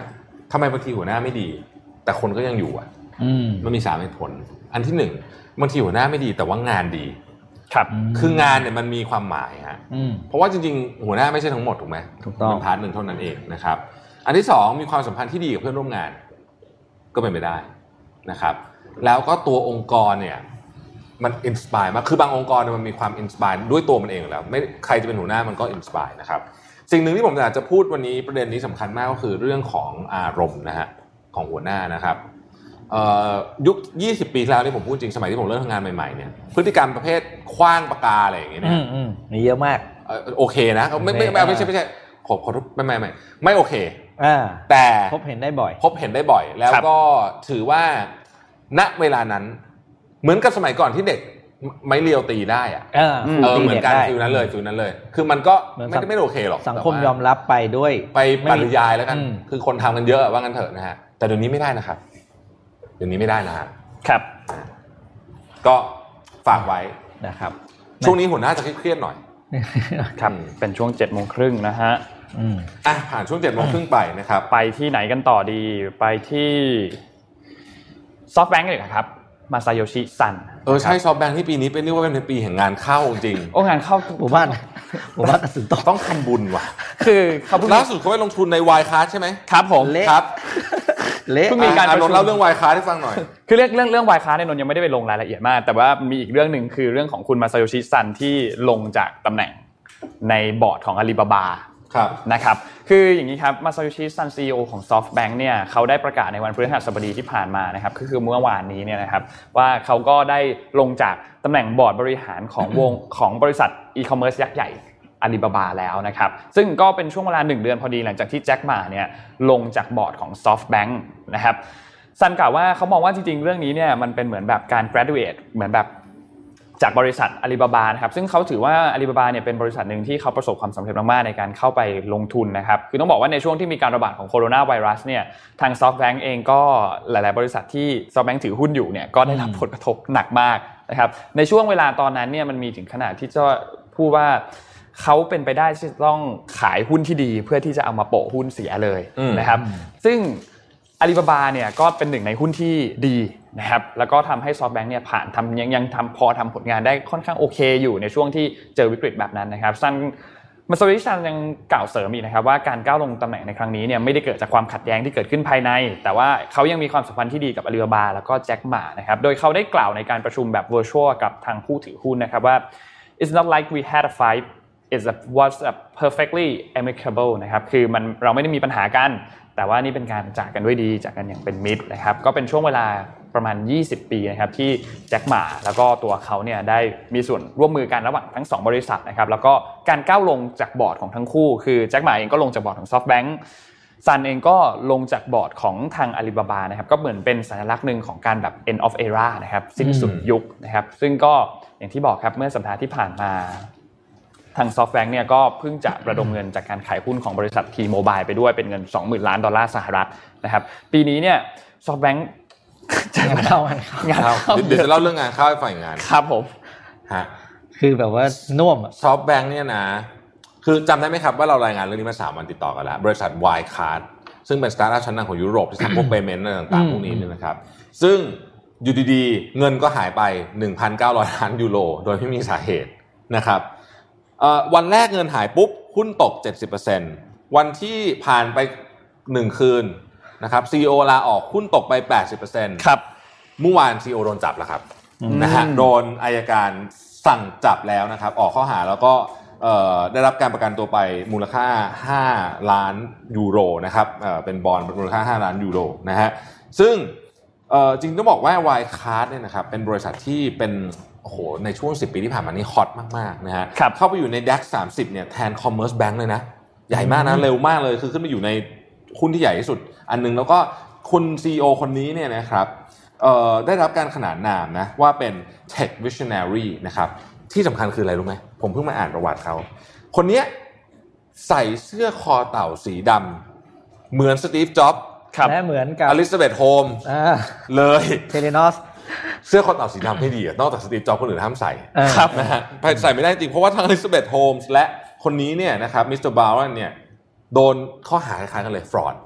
ทำไมบางทีหัวหน้าไม่ดีแต่คนก็ยังอยู่อ่ะมันมีสามเหตุผลอันที่หนึ่งบางทีหัวหน้าไม่ดีแต่ว่างานดีครับคืองานเนี่ยมันมีความหมายฮะเพราะว่าจริงๆหัวหน้าไม่ใช่ทั้งหมดถูกไหมถูกต้องเป็นพาร์ทหนึ่งเท่านั้นเองนะครับอันที่สองมีความสัมพันธ์ที่ดีกับเพื่อนร่วมงานก็เป็นไปได้นะครับแล้วก็ตัวองค์กรเนี่ยมันอินสไปร์มากคือบางองค์กรเนี่ยมันมีความอินสไปร์ด้วยตัวมันเองอยู่แล้วไม่ใครจะเป็นหัวหน้ามันก็อินสไปร์นะครับสิ่งหนึ่งที่ผมอยากจะพูดวันนี้ประเด็นนี้สำคัญมากก็คือเรื่องของอารมณ์นะฮะของหัวหน้านะครับยุคยี่สิบปีแล้วนี่ผมพูดจริงสมัยที่ผมเริ่มทำงานใหม่ๆเนี่ยพฤติกรรมประเภทคว้างปากกาอะไรอย่างเงี้ยเนี่ยมีเยอะมากโอเคนะไม่ไม่ไม่ใช่ไม่ใช่ขอขอไม่ไม่ไม่ไม่โอเคแต่พบเห็นได้บ่อยพบเห็นได้บ่อยแล้วก็ถือว่าณเวลานั้นเหมือนกับสมัยก่อนที่เด็กไม้เรียวตีได้อะเออเหมือนกันฟิลนั้นเลยฟิลนั้นเลยคือมันก็ไม่ไม่โอเคหรอกสังคมยอมรับไปด้วยไปปริยายแล้วกันคือคนทำกันเยอะว่างั้นเถอะนะฮะแต่เดี๋ยวนี้ไม่ได้นะครับเดี๋ยวนี้ไม่ได้นะฮะครับก็ฝากไว้นะครับช่วงนี้หัวหน้าจะเครียดๆหน่อยครับเป็นช่วงเจ็ดโมงครึ่งนะฮะอ่ะผ่านช่วงเจ็ดโมงครึ่งไปนะครับไปที่ไหนกันต่อดีไปที่ซอฟต์แบงก์เลยครับมาซาโยชิซันเออใช่ซอฟต์แบงก์ที่ปีนี้เป็นเรียกว่าเป็นปีแห่งงานเข้าจริงโอ้งานเข้าหมู่บ้านหมู่บ้านสุดต้องต้องทำบุญว่ะคือเขาล่าสุดเขาไปลงทุนในวายคาร์ดใช่ไหมครับผมครับเละเพิ่งมีการประชุมเล่าเรื่องวายคาร์ดให้ฟังหน่อยคือเรื่องเรื่องเรื่องวายคาร์ดเนี่ยนนยังไม่ได้ไปลงรายละเอียดมากแต่ว่ามีอีกเรื่องนึงคือเรื่องของคุณมาซาโยชิซันที่ลงจากตำแหน่งในบอร์ดของ Alibaba ครับนะครับคืออย่างนี้ครับมาซาโยชิซัน ซี อี โอ ของ SoftBank เนี่ยเขาได้ประกาศในวันพฤหัสบดีที่ผ่านมานะครับก็คือเมื่อวานนี้เนี่ยนะครับว่าเขาก็ได้ลงจากตำแหน่งบอร์ดบริหารของวงของบริษัทอีคอมเมิร์ซยักษ์ใหญ่ Alibaba แล้วนะครับซึ่งก็เป็นช่วงเวลาหนึ่งเดือนพอดีหลังจากที่แจ็คหม่าเนี่ยลงจากบอร์ดของ SoftBank นะครับซันกล่าวว่าเขามองว่าจริงๆเรื่องนี้เนี่ยมันเป็นเหมือนแบบการ graduate เหมือนแบบจากบริษัท Alibaba นะครับซึ่งเขาถือว่า Alibaba เนี่ยเป็นบริษัทนึงที่เขาประสบความสำเร็จมากๆในการเข้าไปลงทุนนะครับคือต้องบอกว่าในช่วงที่มีการระบาดของโคโรนาไวรัสเนี่ยทาง SoftBank เองก็หลายๆบริษัทที่ SoftBank ถือหุ้นอยู่เนี่ยก็ได้รับผลกระทบหนักมากนะครับในช่วงเวลาตอนนั้นเนี่ยมันมีถึงขนาดที่จะพูดว่าเขาเป็นไปได้ที่จะต้องขายหุ้นที่ดีเพื่อที่จะเอามาโปะหุ้นเสียเลยนะครับซึ่งAlibaba เนี่ยก็เป็นหนึ่งในหุ้นที่ดีนะครับแล้วก็ทำให้ SoftBank เนี่ยผ่านทำยังยังทำพอทำผลงานได้ค่อนข้างโอเคอยู่ในช่วงที่เจอวิกฤตแบบนั้นนะครับซันมาซาโยชิซันยังกล่าวเสริมอีกนะครับว่าการก้าวลงตำแหน่งในครั้งนี้เนี่ยไม่ได้เกิดจากความขัดแย้งที่เกิดขึ้นภายในแต่ว่าเขายังมีความสัมพันธ์ที่ดีกับ Alibaba แล้วก็แจ็คหม่านะครับโดยเขาได้กล่าวในการประชุมแบบ virtual กับทางผู้ถือหุ้นนะครับว่า it's not like we had a fight it was a perfectly amicable นะครับคือมันเราไม่ได้มีปัญหากันแต่ว่านี่เป็นการจากกันด้วยดีจากกันอย่างเป็นมิตรนะครับก็เป็นช่วงเวลาประมาณยี่สิบปีนะครับที่แจ็คหม่าแล้วก็ตัวเขาเนี่ยได้มีส่วนร่วมมือกันระหว่างทั้งสองบริษัทนะครับแล้วก็การก้าวลงจากบอร์ดของทั้งคู่คือแจ็คหม่าเองก็ลงจากบอร์ดของ SoftBank ซันเองก็ลงจากบอร์ดของทาง Alibaba นะครับก็เหมือนเป็นสัญลักษณ์นึงของการแบบ end of era นะครับสิ้นสุดยุคนะครับซึ่งก็อย่างที่บอกครับเมื่อสัปดาห์ที่ผ่านมาทาง SoftBank เนี่ยก็เพิ่งจะระดมเงินจากการขายหุ้นของบริษัท T-Mobile ไปด้วยเป็นเงิน สองหมื่น ล้านดอลลาร์สหรัฐนะครับปีนี้เนี่ย SoftBank งานเข้างานเข้าเดี๋ยวจะเล่าเรื่องงานเข้าให้ฟังอีกงานครับผมฮะคือแบบว่าน่วม SoftBank เนี่ยนะคือจำได้ไหมครับว่าเรารายงานเรื่องนี้มาสามวันติดต่อกันแล้วบริษัท Wirecard ซึ่งเป็นสตาร์ทอัพชั้นนำของยุโรปที่ทำพวก payment ต่างๆพวกนี้เนี่ยนะครับซึ่งอยู่ดีๆเงินก็หายไป หนึ่งพันเก้าร้อย ล้านยูโรโดยไม่มีสาเหตุนะครับวันแรกเงินหายปุ๊บหุ้นตก เจ็ดสิบเปอร์เซ็นต์ วันที่ผ่านไปหนึ่งคืนนะครับ ซี อี โอ ลาออกหุ้นตกไป แปดสิบเปอร์เซ็นต์ครับเมื่อวาน ซี อี โอ โดนจับแล้วครับนะฮะโดนอัยการสั่งจับแล้วนะครับออกข้อหาแล้วก็ได้รับการประกันตัวไปมูลค่าห้าล้านยูโรนะครับเป็นบอนด์มูลค่าห้าล้านยูโรนะฮะซึ่งจริงต้องบอกว่า Wirecard เนี่ยนะครับเป็นบริษัทที่เป็นโอ้โหในช่วงสิบปีที่ผ่านมานี่ฮอตมากๆนะฮะเข้าไปอยู่ใน ดัค สามสิบเนี่ยแทน Commerce Bank เลยนะใหญ่มากนะเร็วมากเลยคือขึ้นไปอยู่ในหุ้นที่ใหญ่ที่สุดอันนึงแล้วก็คุณ ซี อี โอ คนนี้เนี่ยนะครับได้รับการขนานนามนะว่าเป็น Tech Visionary นะครับที่สำคัญคืออะไรรู้ไหมผมเพิ่งมาอ่านประวัติเขาคนนี้ใส่เสื้อคอเต่าสีดำเหมือนสตีฟจ็อบส์และเหมือนกับอลิซาเบธโฮมส์เลยเทเลนอสเสื้อคอเต่าสีดำไม่ดีอ่ะนอกจากสตีฟจ็อบส์คนอื่นห้ามใส่ครับนะฮะใส่ไม่ได้จริงเพราะว่าทั้งอลิซาเบธโฮมส์และคนนี้เนี่ยนะครับมิสเตอร์บราวน์เนี่ยโดนข้อหาคล้ายๆกันเลยฟรอด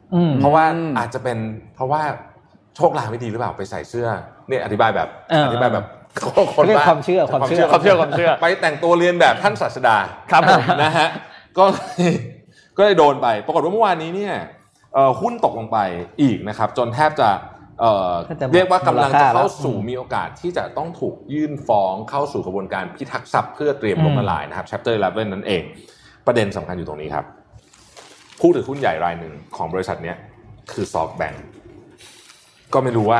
เพราะว่าอาจจะเป็นเพราะว่าโชคลางไม่ดีหรือเปล่าไปใส่เสื้อเนี่ยอธิบายแบบอธิบายแบบคนเรียกความเชื่อความเชื่อความเชื่อความเชื่อไปแต่งตัวเรียนแบบท่านศาสดาครับนะฮะก็ก็เลยโดนไปปรากฏว่าเมื่อวานนี้เนี่ยหุ้นตกลงไปอีกนะครับจนแทบจะเอ่อเรียกว่ากำลังจะเข้าสู่มีโอกาสที่จะต้องถูกยื่นฟ้องเข้าสู่กระบวนการพิทักษ์ทรัพย์เพื่อเตรียมล้มละลายนะครับ Chapter สิบเอ็ดนั่นเองประเด็นสำคัญอยู่ตรงนี้ครับผู้ถือหุ้นใหญ่รายหนึ่งของบริษัทนี้คือ SoftBank ก็ไม่รู้ว่า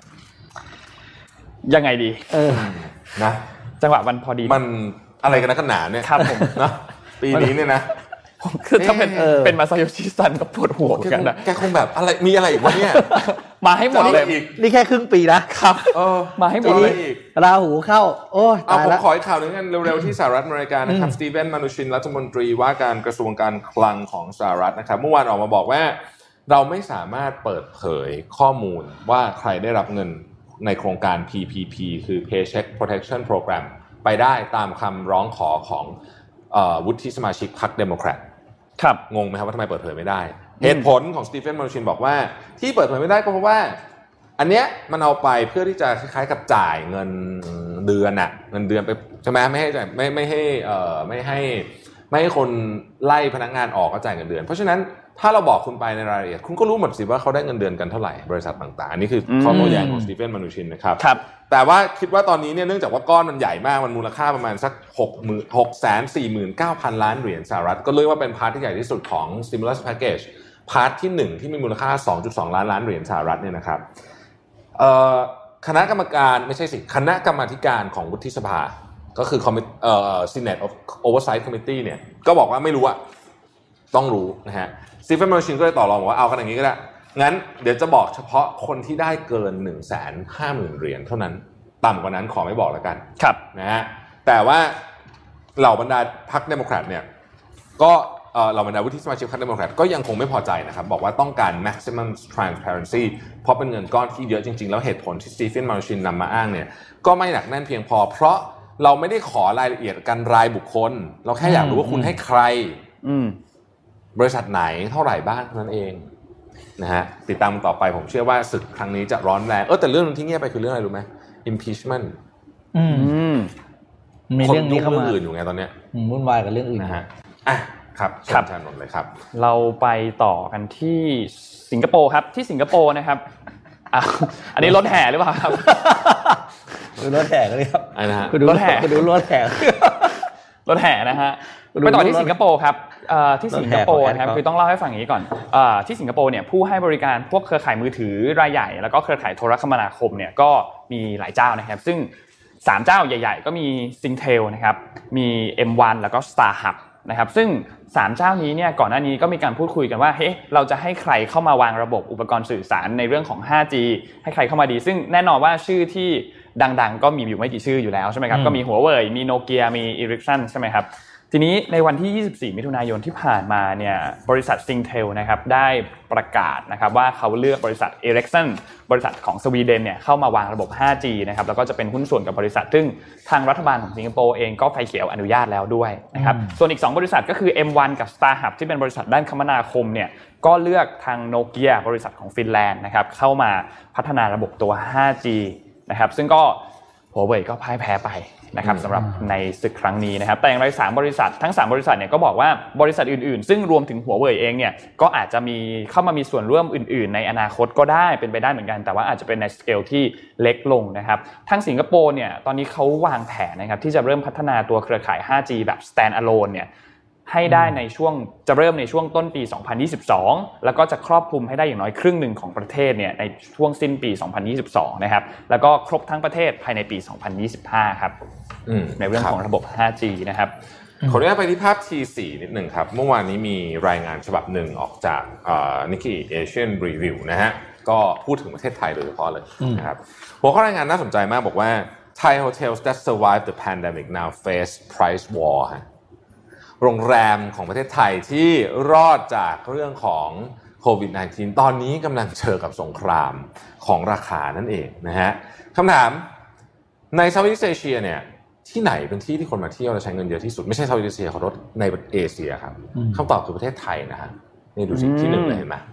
ยังไงดีเออนะจังหวะมันพอดีมันอะไรกันนักหนาเนี่ยครับผมนะปีนี้เนี่ยนะคือถ้าเป็นเป็นมาซาโยชิซันก็ปวดหัวกันนะแกคงแบบอะไรมีอะไรอีกวะเนี่ยมาให้หมดเลยนี่แค่ครึ่งปีนะครับเออมาให้หมดเลยอีกราหูเข้าโอ้ยตายแล้วผมขออีกข่าวนึงกันเร็วๆที่สหรัฐอเมริกานะครับสตีเวนมานูชินรัฐมนตรีว่าการกระทรวงการคลังของสหรัฐนะครับเมื่อวานออกมาบอกว่าเราไม่สามารถเปิดเผยข้อมูลว่าใครได้รับเงินในโครงการ พี พี พี คือ Paycheck Protection Program ไปได้ตามคำร้องขอของวุฒิสมาชิกพรรคเดโมแครตครับงงไหมครับว่าทำไมเปิดเผยไม่ได้เหตุผลของสตีเฟน มานูชินบอกว่าที่เปิดเผยไม่ได้ก็เพราะว่าอันเนี้ยมันเอาไปเพื่อที่จะคล้ายๆกับจ่ายเงินเดือนน่ะเงินเดือนไปใช่ไหมไม่ให้ไม่ไม่ให้เอ่อไม่ให้ไม่ให้คนไล่พนักงานออกก็จ่ายเงินเดือนเพราะฉะนั้นถ้าเราบอกคุณไปในรายละเอียดคุณก็รู้หมดสิว่าเขาได้เงินเดือนกันเท่าไหร่บริษัทต่างๆอันนี้คือข้อโต้แย้งของสตีเฟน มานูชินนะครับแต่ว่าคิดว่าตอนนี้เนี่ยเนื่องจากว่าก้อนมันใหญ่มากมันมูลค่าประมาณสัก หกแสนสี่หมื่นเก้าพัน ล้านเหรียญสหรัฐก็เรียกว่าเป็นพาร์ทที่ใหญ่ที่สุดของ stimulus package พาร์ทที่หนึ่งที่มีมูลค่า สองจุดสอง ล้านล้านเหรียญสหรัฐเนี่ยนะครับคณะกรรมการไม่ใช่สิคณะกรรมาธิการของวุฒิสภาก็คือ Senate Oversight Committee เนี่ยก็บอกว่าไม่รู้อะต้องรู้นะฮะสตีเฟน มานูชินก็เลยต่อรองบอกว่าเอากันอย่างนี้ก็ได้งั้นเดี๋ยวจะบอกเฉพาะคนที่ได้เกิน หนึ่งแสนห้าหมื่น เหรียญเท่านั้นต่ำกว่านั้นขอไม่บอกแล้วกันครับนะฮะแต่ว่าเหล่าบรรดาพรรคเดโมแครตเนี่ยก็เอ่อเหล่าบรรดาวุฒิสมาชิกพรรคเดโมแครตก็ยังคงไม่พอใจนะครับบอกว่าต้องการ maximum transparency เพราะเป็นเงินก้อนที่เยอะจริงๆแล้วเหตุผลที่สตีเฟน มานูชินนำมาอ้างเนี่ยก็ไม่หนักแน่นเพียงพอเพราะเราไม่ได้ขอรายละเอียดกันรายบุคคลเราแค่อยากรู้ว่าคุณให้ใครบริษัทไหนเท่าไหร่บ้างนั่นเองนะฮะติดตามต่อไปผมเชื่อว่าศึกครั้งนี้จะร้อนแรงเออแต่เรื่องนึงที่เงียบไปคือเรื่องอะไรรู้ไหม impeachment อืมมีเรื่องนี้เข้ามาอื่นอยู่ไงตอนเนี้ยวุ่นวายกับเรื่องอื่นนะฮะอ่ะครับครับท่านนนท์เลยครับเราไปต่อกันที่สิงคโปร์ครับที่สิงคโปร์นะครับอ่ะอันนี้รถแห่หรือเปล่าครับดูรถแห่กันเลยครับไอ้นะฮะรถแห่ดูรถแห่รถแห่นะฮะไปต่อที่สิงคโปร์ครับที่สิงคโปร์นะครับคือต้องเล่าให้ฟังอย่างนี้ก่อนที่สิงคโปร์เนี่ยผู้ให้บริการพวกเครือข่ายมือถือรายใหญ่แล้วก็เครือข่ายโทรคมนาคมเนี่ยก็มีหลายเจ้านะครับซึ่งสามเจ้าใหญ่ๆก็มี Singtel นะครับมี เอ็ม วัน แล้วก็ StarHub นะครับซึ่งสามเจ้านี้เนี่ยก่อนหน้านี้ก็มีการพูดคุยกันว่าเฮ้ยเราจะให้ใครเข้ามาวางระบบอุปกรณ์สื่อสารในเรื่องของ ห้าจี ให้ใครเข้ามาดีซึ่งแน่นอนว่าชื่อที่ดังๆก็มีอยู่ไม่กี่ชื่ออยู่แล้วใช่ไหมครับก็มี Huawei มี Nokia มี Ericsson ใช่ไหมครับทีนี้ในวันที่ยี่สิบสี่มิถุนายนที่ผ่านมาเนี่ยบริษัท Singtel นะครับได้ประกาศนะครับว่าเขาเลือกบริษัท Ericsson บริษัทของสวีเดนเนี่ยเข้ามาวางระบบ ห้าจี นะครับแล้วก็จะเป็นหุ้นส่วนกับบริษัทซึ่งทางรัฐบาลของสิงคโปร์เองก็ไฟเขียวอนุญาตแล้วด้วยนะครับส่วนอีกสองบริษัทก็คือ เอ็ม วัน กับ StarHub ที่เป็นบริษัทด้านคมนาคมเนี่ยก็เลือกทาง Nokia บริษัทของฟินแลนด์นะครับเข้ามาพัฒนาระบบตัว ห้าจี นะครับซึ่งก็Huawei ก็พ่ายแพ้ไปนะครับสำหรับในศึกครั้งนี้นะครับแต่อย่างไรสามบริษัททั้งสามบริษัทเนี่ยก็บอกว่าบริษัทอื่นๆซึ่งรวมถึง Huawei เองเนี่ยก็อาจจะมีเข้ามามีส่วนร่วมอื่นๆในอนาคตก็ได้เป็นไปได้เหมือนกันแต่ว่าอาจจะเป็นในสเกลที่เล็กลงนะครับทางสิงคโปร์เนี่ยตอนนี้เขาวางแผนนะครับที่จะเริ่มพัฒนาตัวเครือข่าย ห้าจี แบบ stand alone เนี่ยให้ได้ในช่วงจะเริ่มในช่วงต้นปีสองพันยี่สิบสองแล้วก็จะครอบคลุมให้ได้อย่างน้อยครึ่งหนึ่งของประเทศเนี่ยในช่วงสิ้นปีสองพันยี่สิบสองนะครับแล้วก็ครบทั้งประเทศภายในปีสองพันยี่สิบห้าครับในเรื่องของระบบ ห้าจี นะครับขออนุญาตไปที่ภาพ ที โฟร์ นิดนึงครับเมื่อวานนี้มีรายงานฉบับหนึ่งออกจาก Nikkei Asian Review นะฮะก็พูดถึงประเทศไทยโดยเฉพาะเลยนะครับหัวข้อรายงานน่าสนใจมากบอกว่า Thai hotels that survived the pandemic now face price war ฮะโรงแรมของประเทศไทยที่รอดจากเรื่องของโควิด สิบเก้า ตอนนี้กำลังเจอกับสงครามของราคานั่นเองนะฮะคำถามในเซาท์อีสต์เอเชียเนี่ยที่ไหนเป็นที่ที่คนมาเที่ยวและใช้เงินเยอะที่สุดไม่ใช่เซาท์อีสต์เอเชียขอโทษในเอเชียครับคำตอบคือประเทศไทยนะฮะนี่ดูสิที่หนึ่งเลยเห็นไหม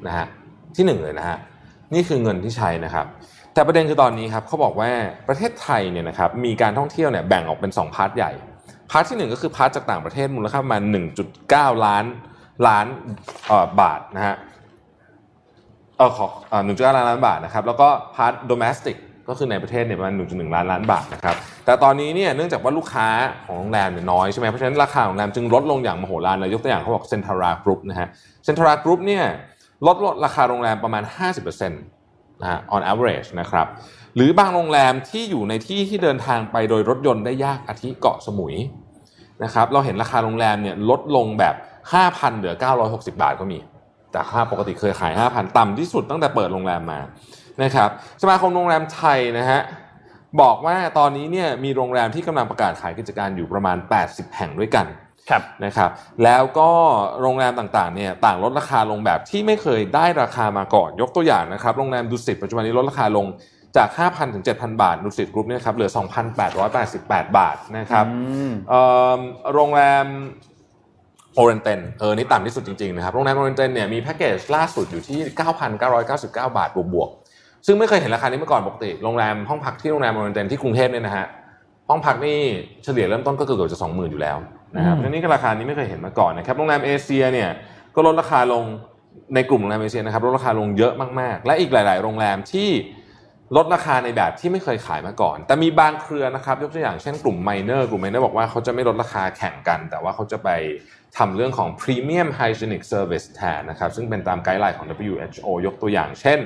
นะฮะที่หนึ่งเลยนะฮะนี่คือเงินที่ใช้นะครับแต่ประเด็นคือตอนนี้ครับเขาบอกว่าประเทศไทยเนี่ยนะครับมีการท่องเที่ยวเนี่ยแบ่งออกเป็นสองพาร์ทใหญ่พาร์ทที่หนึ่งก็คือพาร์ทจากต่างประเทศมูลค่าประมาณ หนึ่งจุดเก้า ล้านล้านเอ่อบาทนะฮะเอ่อขอเอ่อ หนึ่งจุดเก้า ล้านล้านบาทนะครับแล้วก็พาร์ท domestic ก็คือในประเทศเนี่ยประมาณ หนึ่งจุดหนึ่ง ล้านล้านบาทนะครับแต่ตอนนี้เนี่ยเนื่องจากว่าลูกค้าของโรงแรมเนี่ยน้อยใช่ไหมเพราะฉะนั้นราคาของโรงแรมจึงลดลงอย่างมโหฬารเลยยกตัวอย่างเขาบอก Centara Group นะฮะ Centara Group เนี่ยลดลดราคาโรงแรมประมาณ ห้าสิบเปอร์เซ็นต์ นะฮะ on average นะครับหรือบางโรงแรมที่อยู่ในที่ที่เดินทางไปโดยรถยนต์ได้ยากอาทิเกาะสมุยนะครับเราเห็นราคาโรงแรมเนี่ยลดลงแบบ ห้าพัน เหลือเก้าร้อยหกสิบบาทก็มีจากค่าปกติเคยขาย ห้าพัน ต่ำที่สุดตั้งแต่เปิดโรงแรมมานะครับสมาคมโรงแรมไทยนะฮะบอกว่าตอนนี้เนี่ยมีโรงแรมที่กำลังประกาศขายกิจการอยู่ประมาณแปดสิบแห่งด้วยกันนะครับแล้วก็โรงแรมต่างๆเนี่ยต่างลดราคาลงแบบที่ไม่เคยได้ราคามาก่อนยกตัวอย่างนะครับโรงแรมดุสิตปัจจุบันนี้ลดราคาลงจาก ห้าพัน ถึง เจ็ดพัน บาทดุสิตกรุ๊ปเนี่ยครับเหลือ สองพันแปดร้อยแปดสิบแปด บาทนะครับโรงแรมโอเรนเตนเออนี่ต่ำที่สุดจริงๆนะครับโรงแรมโอเรนเตนเนี่ยมีแพ็กเกจล่าสุดอยู่ที่ เก้าพันเก้าร้อยเก้าสิบเก้า บาทบวกๆซึ่งไม่เคยเห็นราคานี้มาก่อนปกติโรงแรมห้องพักที่โรงแรมโอเรนเตนที่กรุงเทพเนี่ยนะฮะห้องพักนี่เฉลี่ยเริ่มต้นก็เกือบจะ สองหมื่น อยู่แล้วนะครับอันนี้ก็ราคานี้ไม่เคยเห็นมาก่อนนะครับโรงแรมเอเชียเนี่ยก็ลดราคาลงในกลุ่มโรงแรมเอเชียนะครับลดราคาลงเยอะมากๆและอีกหลายๆโรงแรมที่ลดราคาในแบบที่ไม่เคยขายมาก่อนแต่มีบางเครือนะครับยกตัวอย่างเช่นกลุ่มไมเนอร์กลุ่มไมเนอร์บอกว่าเขาจะไม่ลดราคาแข่งกันแต่ว่าเขาจะไปทำเรื่องของ Premium Hygienic Service แทนนะครับซึ่งเป็นตามไกด์ไลน์ของ ดับเบิลยู เอช โอ ยกตัวอย่างเช่น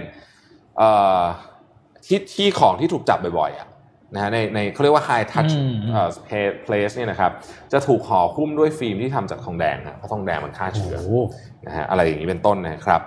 ที่ที่ของที่ถูกจับบ่อยๆอ่ะนะฮะในในเขาเรียกว่า High Touch Place เนี่ยนะครับจะถูกห่อหุ้มด้วยฟิล์มที่ทำจากทองแดงเพราะทองแดงมันฆ่าเชื้อนะฮะอะไรอย่างนี้เป็นต้นนะครับ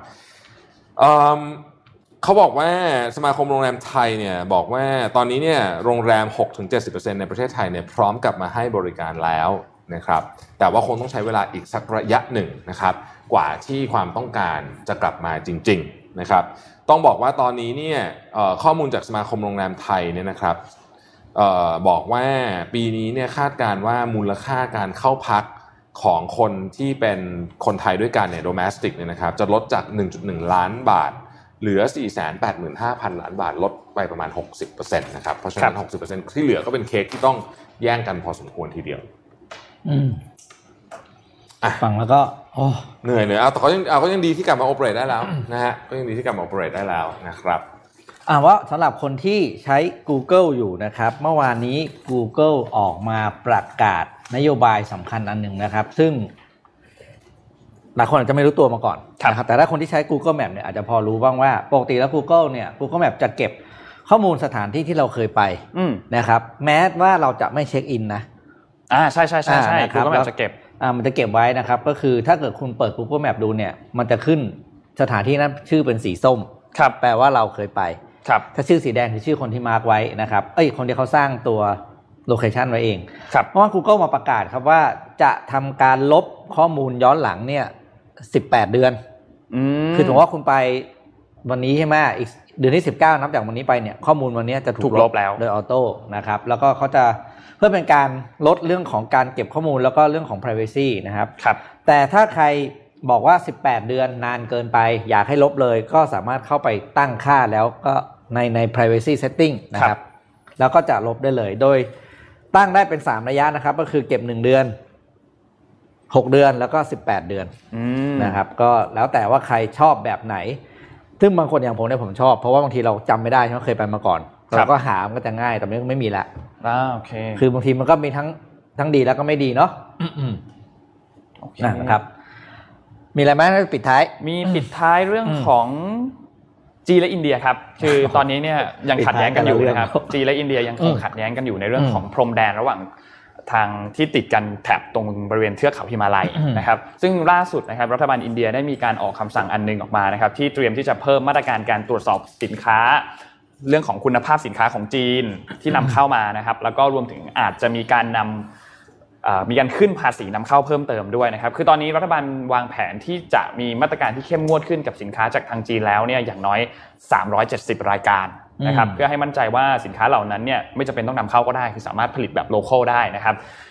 เขาบอกว่าสมาคมโรงแรมไทยเนี่ยบอกว่าตอนนี้เนี่ยโรงแรม หกถึงเจ็ดสิบเปอร์เซ็นต์ ในประเทศไทยเนี่ยพร้อมกลับมาให้บริการแล้วนะครับแต่ว่าคงต้องใช้เวลาอีกสักระยะหนึ่งนะครับกว่าที่ความต้องการจะกลับมาจริงๆนะครับต้องบอกว่าตอนนี้เนี่ยข้อมูลจากสมาคมโรงแรมไทยเนี่ยนะครับเอ่อบอกว่าปีนี้เนี่ยคาดการณ์ว่ามูลค่าการเข้าพักของคนที่เป็นคนไทยด้วยกันเนี่ย domestic เนี่ยนะครับจะลดจาก หนึ่งจุดหนึ่ง ล้านบาทเหลือ สี่แสนแปดหมื่นห้าพัน ล้านบาทลดไปประมาณ หกสิบเปอร์เซ็นต์ นะครับเพราะฉะนั้น หกสิบเปอร์เซ็นต์ ที่เหลือก็เป็นเค้กที่ต้องแย่งกันพอสมควรทีเดียวอืมอ่ะฟังแล้วก็โอ้เหนื่อยเหนื่อยเอาแต่เขายังเอาก็ยังดีที่กลับมาโอเปเรตได้แล้วนะฮะก็ยังดีที่กลับมาโอเปเรตได้แล้วนะครับอ่าว่าสำหรับคนที่ใช้ Google อยู่นะครับเมื่อวานนี้ Google ออกมาประกาศนโยบายสำคัญอันหนึ่งนะครับซึ่งหลายคนอาจจะไม่รู้ตัวมาก่อนนะครับแต่ถ้าคนที่ใช้ Google Map เนี่ยอาจจะพอรู้บ้างว่าปกติแล้ว Google เนี่ย Google Map จะเก็บข้อมูลสถานที่ที่เราเคยไปนะครับแม้ว่าเราจะไม่เช็คอินนะอ่าใช่ๆๆๆ Google Map จะเก็บอ่ามันจะเก็บไว้นะครับก็คือถ้าเกิดคุณเปิด Google Map ดูเนี่ยมันจะขึ้นสถานที่นั้นชื่อเป็นสีส้มครับแปลว่าเราเคยไปครับถ้าชื่อสีแดงคือชื่อคนที่มาร์คไว้นะครับเอ้ยคนที่เขาสร้างตัวโลเคชันไว้เองครับเพราะว่า Google มาประกาศครับว่าจะทำการลบข้อมูลย้อนหลังเนี่ยสิบแปดเดือนอืมคือถือว่าคุณไปวันนี้ใช่ไหมอีกเดือนที่สิบเก้านับจากวันนี้ไปเนี่ยข้อมูลวันนี้จะถูกลบแล้วโดยออโต้นะครับแล้วก็เขาจะเพื่อเป็นการลดเรื่องของการเก็บข้อมูลแล้วก็เรื่องของ privacy นะครับครับแต่ถ้าใครบอกว่าสิบแปดเดือนนานเกินไปอยากให้ลบเลยก็สามารถเข้าไปตั้งค่าแล้วก็ในใน privacy setting นะครับแล้วก็จะลบได้เลยโดยตั้งได้เป็นสามระยะนะครับก็คือเก็บหนึ่งเดือนหกเดือนแล้วก็สิบแปดเดือนนะครับก็แล้วแต่ว่าใครชอบแบบไหนซึ่งบางคนอย่างผมเนี่ยผมชอบเพราะว่าบางทีเราจำไม่ได้เพราะเคยไปมาก่อนเราก็หามันก็จะง่ายแต่ไม่ไม่มีละอ่าโอเคคือบางทีมันก็มีทั้งทั้งดีแล้วก็ไม่ดีเนาะโอเคนะครับมีอะไรไหมปิดท้ายมีปิดท้ายเรื่องของจีนและอินเดียครับคือตอนนี้เนี่ยยังขัดแย้งกันอยู่นะครับจีนและอินเดียยังคงขัดแย้งกันอยู่ในเรื่องของพรมแดนระหว่างทางที่ติดกันแถบตรงบริเวณเทือกเขาหิมาลัยนะครับซึ่งล่าสุดนะครับรัฐบาลอินเดียได้มีการออกคำสั่งอันนึงออกมานะครับที่เตรียมที่จะเพิ่มมาตรการการตรวจสอบสินค้าเรื่องของคุณภาพสินค้าของจีนที่นำเข้ามานะครับแล้วก็รวมถึงอาจจะมีการนำมีการขึ้นภาษีนำเข้าเพิ่มเติมด้วยนะครับคือตอนนี้รัฐบาลวางแผนที่จะมีมาตรการที่เข้มงวดขึ้นกับสินค้าจากทางจีนแล้วเนี่ยอย่างน้อยสามร้อยเจ็ดสิบรายการนะครับเพื่อให้มั่นใจว่าสินค้าเหล่านั้นเนี่ยไม่จำเป็นต้องนำเข้าก็ได้คือสามารถผลิตแบบโลคอลได้นะครับ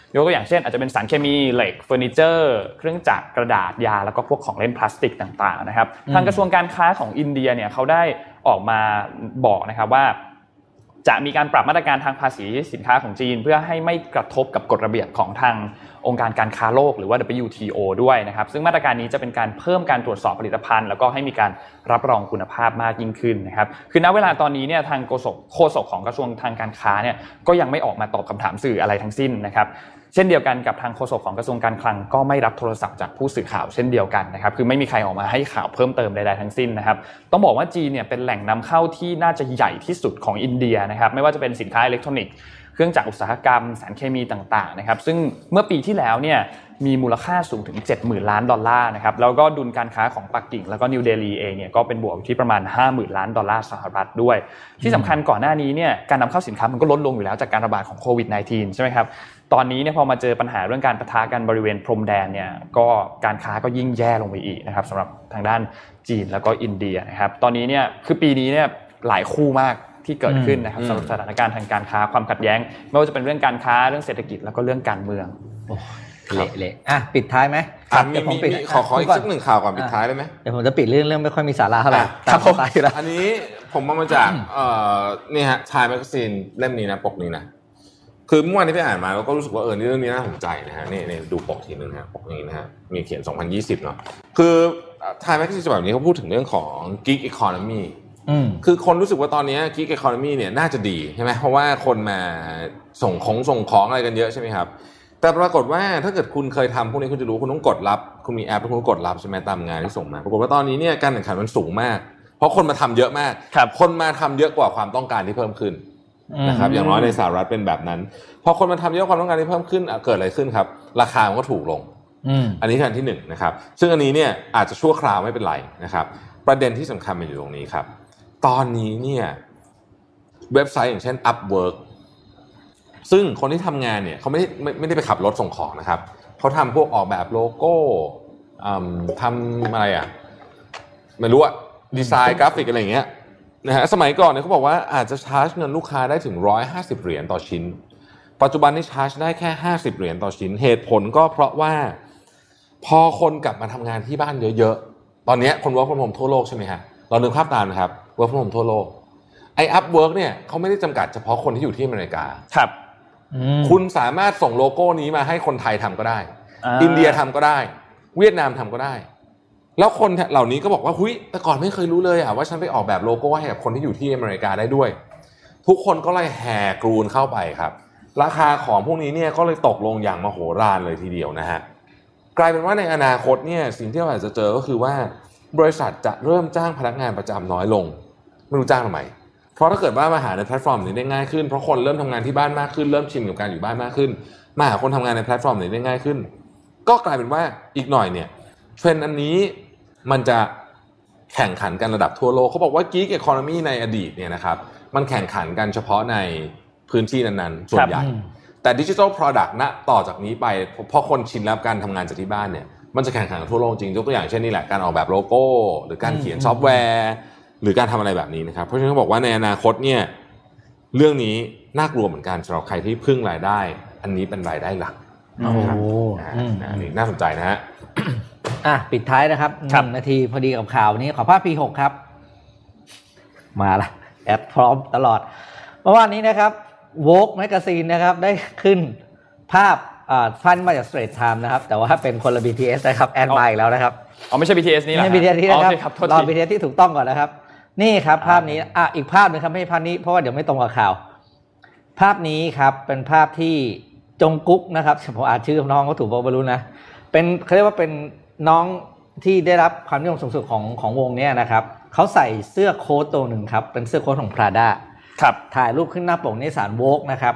ยกตัวอย่างเช่นอาจจะเป็นสารเคมีเหล็กเฟอร์นิเจอร์เครื่องจักรกระดาษยาแล้วก็พวกของเล่นพลาสติกต่างๆนะครับทางกระทรวงการค้าของอินเดียเนี่ยเขาได้ออกมาบอกนะครับว่าจะมีการปรับมาตรการทางภาษีสินค้าของจีนเพื่อให้ไม่กระทบกับกฎระเบียบของทางองค์การการค้าโลกหรือว่า ดับเบิลยู ที โอ ด้วยนะครับซึ่งมาตรการนี้จะเป็นการเพิ่มการตรวจสอบผลิตภัณฑ์แล้วก็ให้มีการรับรองคุณภาพมากยิ่งขึ้นนะครับคือณเวลาตอนนี้เนี่ยทางโฆษกโฆษกของกระทรวงทางการค้าเนี่ยก็ยังไม่ออกมาตอบคำถามสื่ออะไรทั้งสิ้นนะครับเช่นเดียวกันกับทางโฆษกของกระทรวงการคลังก็ไม่รับโทรศัพท์จากผู้สื่อข่าวเช่นเดียวกันนะครับคือไม่มีใครออกมาให้ข่าวเพิ่มเติมใดๆทั้งสิ้นนะครับต้องบอกว่าจีนเนี่ยเป็นแหล่งนำเข้าที่น่าจะใหญ่ที่สุดของอินเดียนะครับไม่ว่าจะเป็นสินค้าอิเล็กทรอนิกส์เครื่องจักรอุตสาหกรรมสารเคมีต่างๆนะครับซึ่งเมื่อปีที่แล้วเนี่ยมีมูลค่าสูงถึง เจ็ดหมื่นล้านดอลลาร์นะครับแล้วก็ดุลการค้าของปักกิ่งแล้วก็นิวเดลีเองเนี่ยก็เป็นบวกที่ประมาณ ห้าหมื่นล้านดอลลาร์สหรัฐด้วยที่สำคัญก่อนหน้านี้เนี่ยการนำเข้าสินค้ามันก็ลดลงอยู่แล้วจากการระบาดของโควิด สิบเก้า ใช่ไหมครับตอนนี้เนี่ยพอมาเจอปัญหาเรื่องการปะทะกันบริเวณพรมแดนเนี่ยก็การค้าก็ยิ่งแย่ลงไปอีกนะครับสำหรับทางด้านจีนแล้วก็อินเดียนะครับตอนนี้เนี่ยคือปีนี้เนี่ยหลายคู่มากที่เกิดขึ้นนะครับสำหรับสถานการณ์ทางการค้าความขัดแย้งไม่ว่าจะเป็นเรื่องการค้าเรื่องเศรษฐกิจแล้วก็เรื่องการเมืองเละๆอ่ะปิดท้ายไหมครับเดี๋ยวผมปิดขอขออีกสักหนึ่งข่าวก่อนปิดท้ายได้ไหมเดี๋ยวผมจะปิดเรื่องเรื่องไม่ค่อยมีสาระเท่าไหร่ครับผมอันนี้ผมมาจากเอ่อนี่ฮะ Time Magazine เล่มนี้นะปกนี้นะคือเมื่อวานนี้ไปอ่านมาแล้วก็รู้สึกว่าเออเรื่องนี้น่าสนใจนะฮะนี่ๆดูปกทีนึงฮะปกนี้นะฮะมีเขียนสองพันยี่สิบเนาะคือ Time Magazine ฉบับนี้เขาพูดถึงเรื่องของ Gig Economyคือคนรู้สึกว่าตอนนี้ Gig Economy เนี่ยน่าจะดีใช่ไหมเพราะว่าคนมาส่งของส่งของอะไรกันเยอะใช่ไหมครับแต่ปรากฏว่าถ้าเกิดคุณเคยทำพวกนี้คุณจะรู้คุณต้องกดรับคุณมีแอปแล้วคุณกดรับใช่ไหมตามงานที่ส่งมาปรากฏว่าตอนนี้เนี่ยการแข่งขันมันสูงมากเพราะคนมาทำเยอะมากคนมาทำเยอะกว่าความต้องการที่เพิ่มขึ้นนะครับอย่างน้อยในสหรัฐเป็นแบบนั้นพอคนมาทำเยอะความต้องการที่เพิ่มขึ้นเกิดอะไรขึ้นครับราคามันก็ถูกลงอันนี้คืออันที่หนึ่งนะครับซึ่งอันนี้เนี่ยอาจจะชั่วคราวไม่เป็นไรนะครับประเด็นที่สำคัญมันอยู่ตรงนี้ครับตอนนี้เนี่ยเว็บไซต์อย่างเช่น Upwork ซึ่งคนที่ทำงานเนี่ยเขาไม่ได้ไม่ไม่ได้ไปขับรถส่งของนะครับเขาทำพวกออกแบบโลโก้ทำอะไรอ่ะไม่รู้อะดีไซน์กราฟิกอะไรอย่างเงี้ยนะฮะสมัยก่อนเนี่ยเขาบอกว่าอาจจะชาร์จเงินลูกค้าได้ถึงหนึ่งร้อยห้าสิบเหรียญต่อชิ้นปัจจุบันนี้ชาร์จได้แค่ห้าสิบเหรียญต่อชิ้นเหตุผลก็เพราะว่าพอคนกลับมาทำงานที่บ้านเยอะๆตอนนี้คน work from home ทั่วโลกใช่ไหมฮะเรานึกภาพตามนะครับ work from home ทั่วโลกไอ้ Upwork เนี่ยเขาไม่ได้จำกัดเฉพาะคนที่อยู่ที่อเมริกาครับคุณสามารถส่งโลโก้นี้มาให้คนไทยทำก็ได้อินเดียทำก็ได้เวียดนามทำก็ได้แล้วคนเหล่านี้ก็บอกว่าหุ้ยแต่ก่อนไม่เคยรู้เลยอ่ะว่าฉันไปออกแบบโลโก้ให้กับคนที่อยู่ที่อเมริกาได้ด้วยทุกคนก็เลยแห่กรูนเข้าไปครับราคาของพวกนี้เนี่ยก็เลยตกลงอย่างมโหฬารเลยทีเดียวนะฮะกลายเป็นว่าในอนาคตเนี่ยสิ่งที่เราอาจจะเจอก็คือว่าบริษัทจะเริ่มจ้างพนักงานประจำน้อยลงไม่รู้จ้างทำไมเพราะถ้าเกิดว่ามาหาในแพลตฟอร์มนี้ได้ง่ายขึ้นเพราะคนเริ่มทำงานที่บ้านมากขึ้นเริ่มชินกับการอยู่บ้านมากขึ้นมาหาคนทำงานในแพลตฟอร์มนี้ได้ง่ายขึ้นก็กลายเป็นว่าอีกหน่อยเนี่ยเทรนด์อันนี้มันจะแข่งขันกันระดับทั่วโลกเขาบอกว่า Gig Economy ในอดีตเนี่ยนะครับมันแข่งขันกันเฉพาะในพื้นที่นั้นๆส่วนใหญ่แต่ Digital Product ณต่อจากนี้ไปเพราะคนชินแล้วการทำงานจากที่บ้านเนี่ยมันจะแข่งขันกันทั่วโลกจริงยกตัวอย่างเช่นนี่แหละการออกแบบโลโก้หรือการเขียนซอฟต์แวร์หรือการทำอะไรแบบนี้นะครับเพราะฉะนั้นเขาบอกว่าในอนาคตเนี่ยเรื่องนี้น่ากลัวเหมือนกันสำหรับใครที่พึ่งรายได้อันนี้เป็นรายได้หลักนะครับอันนี้น่าสนใจนะฮะอ่ะปิดท้ายนะครับหนึ่งนาทีพอดีกับข่าวนี้ขอภาพ พี หก ครับมาละแอดพร้อมตลอดเมื่อวานนี้นะครับ Vogue Magazine นะครับได้ขึ้นภาพอ่าฟันมาจาก Straits Times นะครับแต่ว่าเป็นคนละ บี ที เอส นะครับแอดมาอีกแล้วนะครับอ๋อไม่ใช่ บี ที เอส นี่แหละไม่ใช่ บี ที เอส ที่นะครับรอ บี ที เอส ที่ถูกต้องก่อนนะครับนี่ครับภาพนี้อ่ะอีกภาพนึงครับไม่ใช่ภาพนี้เพราะว่าเดี๋ยวไม่ตรงกับข่าวภาพนี้ครับเป็นภาพที่จงกุ๊กนะครับผมอ่านชื่อน้องก็ถูกบอกไม่รู้นะเป็นเขาเรียกว่าเป็นน้องที่ได้รับความนิยมสูงสุดของของวงนี้นะครับเขาใส่เสื้อโค้ทตัวหนึ่งครับเป็นเสื้อโค้ทของ Prada ครับถ่ายรูปขึ้นหน้าปกในสาร Vogue นะครับ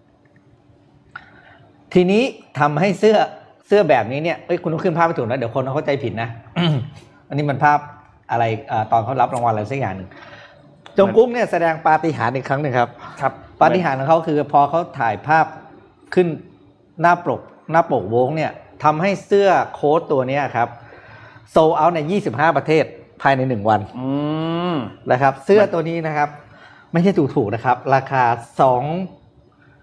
ทีนี้ทำให้เสื้อเสื้อแบบนี้เนี่ยเอ้ยคุณต้องขึ้นภาพไปถูกนะเดี๋ยวคนเขาเข้าใจผิดนะ อันนี้มันภาพอะไรตอนเขารับรางวัลอะไรสักอย่างหนึ่งจงกุ๊กเนี่ยแสดงปาฏิหาริย์อีกครั้งหนึ่งครับครับปาฏิหาริย์ของเขาคือพอเขาถ่ายภาพขึ้นหน้าปกหน้าปก Vogue เนี่ยทำให้เสื้อโค้ทตัวนี้ครับโซลเอาท์ในยี่สิบห้าประเทศภายในหนึ่งวันนะครับเสื้อตัวนี้นะครับไม่ใช่ถูกๆนะครับราคาสอง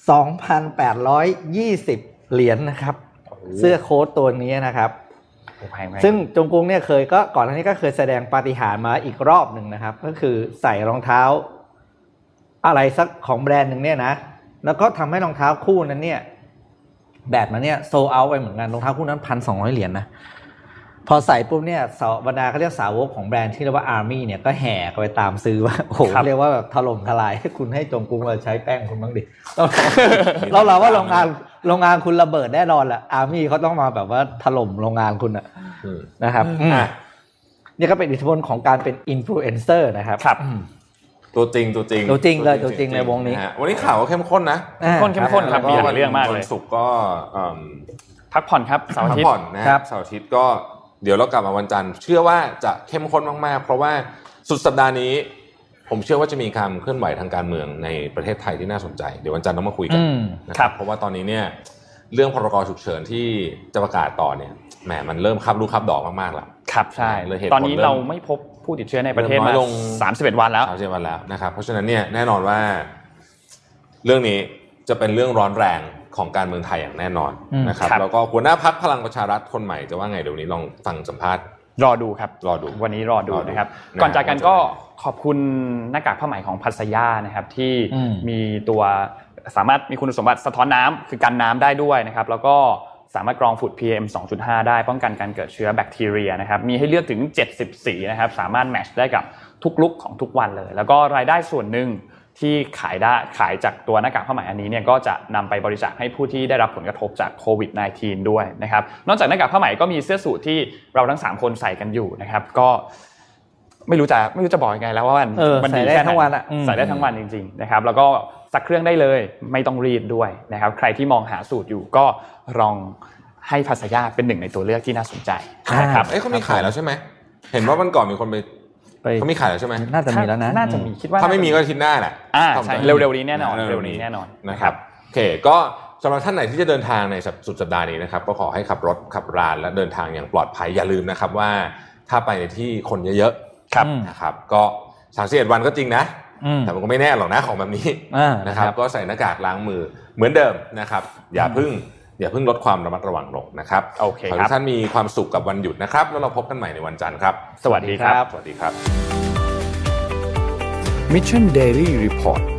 สองพันแปดร้อยยี่สิบ เหรียญนะครับเสื้อโค้ทตัวนี้นะครับซึ่งจงกุงเนี่ยเคยก็ก่อนหน้านี้ก็เคยแสดงปาฏิหาริย์มาอีกรอบหนึ่งนะครับก็คือใส่รองเท้าอะไรสักของแบรนด์หนึ่งเนี่ยนะแล้วก็ทำให้รองเท้าคู่นั้นเนี่ยแบบนั้นเนี่ยโซเอาไปเหมือนกันรองเท้าคู่นั้น หนึ่งพันสองร้อย เหรียญนะพอใส่ปุ๊บเนี่ยบรรดาเขาเรียกสาวกของแบรนด์ที่เรียกว่า Army เนี่ยก็แห่กันไปตามซื้อว่าโอ้โหเรียกว่าแบบถล่มทลายให้คุณให้จงกุงมาใช้แป้งคุณบ้างดิเราเราว่าโรงงานโรงงานคุณระเบิดแน่นอนแหละ Army เขาต้องมาแบบว่าถล่มโรงงานคุณนะครับนี่ก็เป็นอิทธิพลของการเป็นอินฟลูเอนเซอร์นะครับตัวจริงตัวจริงตัวจริงเลยตัวจริงในวงนี้วันนี้ข่าวเข้มข้นนะข้นเข้มข้นครับมีหลายเรื่องมากเลยวันศุกร์ก็พักผ่อนครับเสาร์อาทิตย์พักผ่อนนะครับเสาร์อาทิตย์ก็เดี๋ยวเรากลับมาวันจันทร์เชื่อว่าจะเข้มข้นมากๆเพราะว่าสุดสัปดาห์นี้ผมเชื่อว่าจะมีการเคลื่อนไหวทางการเมืองในประเทศไทยที่น่าสนใจเดี๋ยววันจันทร์ต้องมาคุยกันนะครับเพราะว่าตอนนี้เนี่ยเรื่องพรกฉุกเฉินที่จะประกาศต่อเนี่ยแหมมันเริ่มคับลูกคับดอกมากๆแล้วครับใช่ตอนนี้เราไม่พบผู้ติดเชื้อในประเทศมาสามสิบเอ็ดวันแล้วสามสิบเอ็ดวันแล้วนะครับเพราะฉะนั้นเนี่ยแน่นอนว่าเรื่องนี้จะเป็นเรื่องร้อนแรงของการเมืองไทยอย่างแน่นอนนะครับแล้วก็หัวหน้าพรรคพลังประชารัฐคนใหม่จะว่าไงเดี๋ยวนี้ลองฟังสัมภาษณ์รอดูครับรอดูวันนี้รอดูนะครับก่อนจากกันก็ขอบคุณหน้ากากผ้าไหมของพัสยานะครับที่มีตัวสามารถมีคุณสมบัติสะท้อนน้ำคือกันน้ำได้ด้วยนะครับแล้วก็สามารถกรองฝุ่น พี เอ็ม สองจุดห้า ได้ป้องกันการเกิดเชื้อแบคทีเรียนะครับมีให้เลือกถึงเจ็ดสิบสีนะครับสามารถแมทช์ได้กับทุกลุคของทุกวันเลยแล้วก็รายได้ส่วนหนึ่งที่ขายได้ขายจากตัวหน้ากากผ้าไหมอันนี้เนี่ยก็จะนำไปบริจาคให้ผู้ที่ได้รับผลกระทบจากโควิด สิบเก้า ด้วยนะครับนอกจากหน้ากากผ้าไหมก็มีเสื้อสูทที่เราทั้งสามคนใส่กันอยู่นะครับก็ไม่รู้จะไม่รู้จะบอกยังไงแล้วว่ามันใส่ได้ทั้งวันอ่ะใส่ได้ทั้งวันจริงๆนะครับแล้วก็ซักเครื่องได้เลยไม่ต้องรีดด้วยนะครับใครที่มองหาสูตรอยู่ก็ลองให้พัสยาเป็นหนึ่งในตัวเลือกที่น่าสนใจนะครับเอ้ยเขามีขายแล้วใช่ไหมเห็นว่าวันก่อนมีคนไปเขามีขายแล้วใช่ไหมน่าจะมีแล้วนะน่าจะมีคิดว่าถ้าไม่มีก็อาทิตย์หน้าแหละใช่เร็วๆนี้แน่นอนเร็วๆนี้แน่นอนนะครับโอเคก็สำหรับท่านไหนที่จะเดินทางในสุดสัปดาห์นี้นะครับก็ขอให้ขับรถขับราและเดินทางอย่างปลอดภัยอย่าลืมนะครับว่าถ้าไปในที่คนเยอะๆนะครับก็สามสิบเอ็ดวันก็จริงนะแต่มันก็ไม่แน่หรอกนะของแบบนี้นะครับก็ใส่หน้ากากล้างมือเหมือนเดิมนะครับอย่าพึ่งอย่าเพิ่งลดความระมัดระวังลงนะครับโอเคครับขอให้ท่านมีความสุขกับวันหยุดนะครับแล้วเราพบกันใหม่ในวันจันทร์ครับสวัสดีครับสวัสดีครับ Mission Daily Report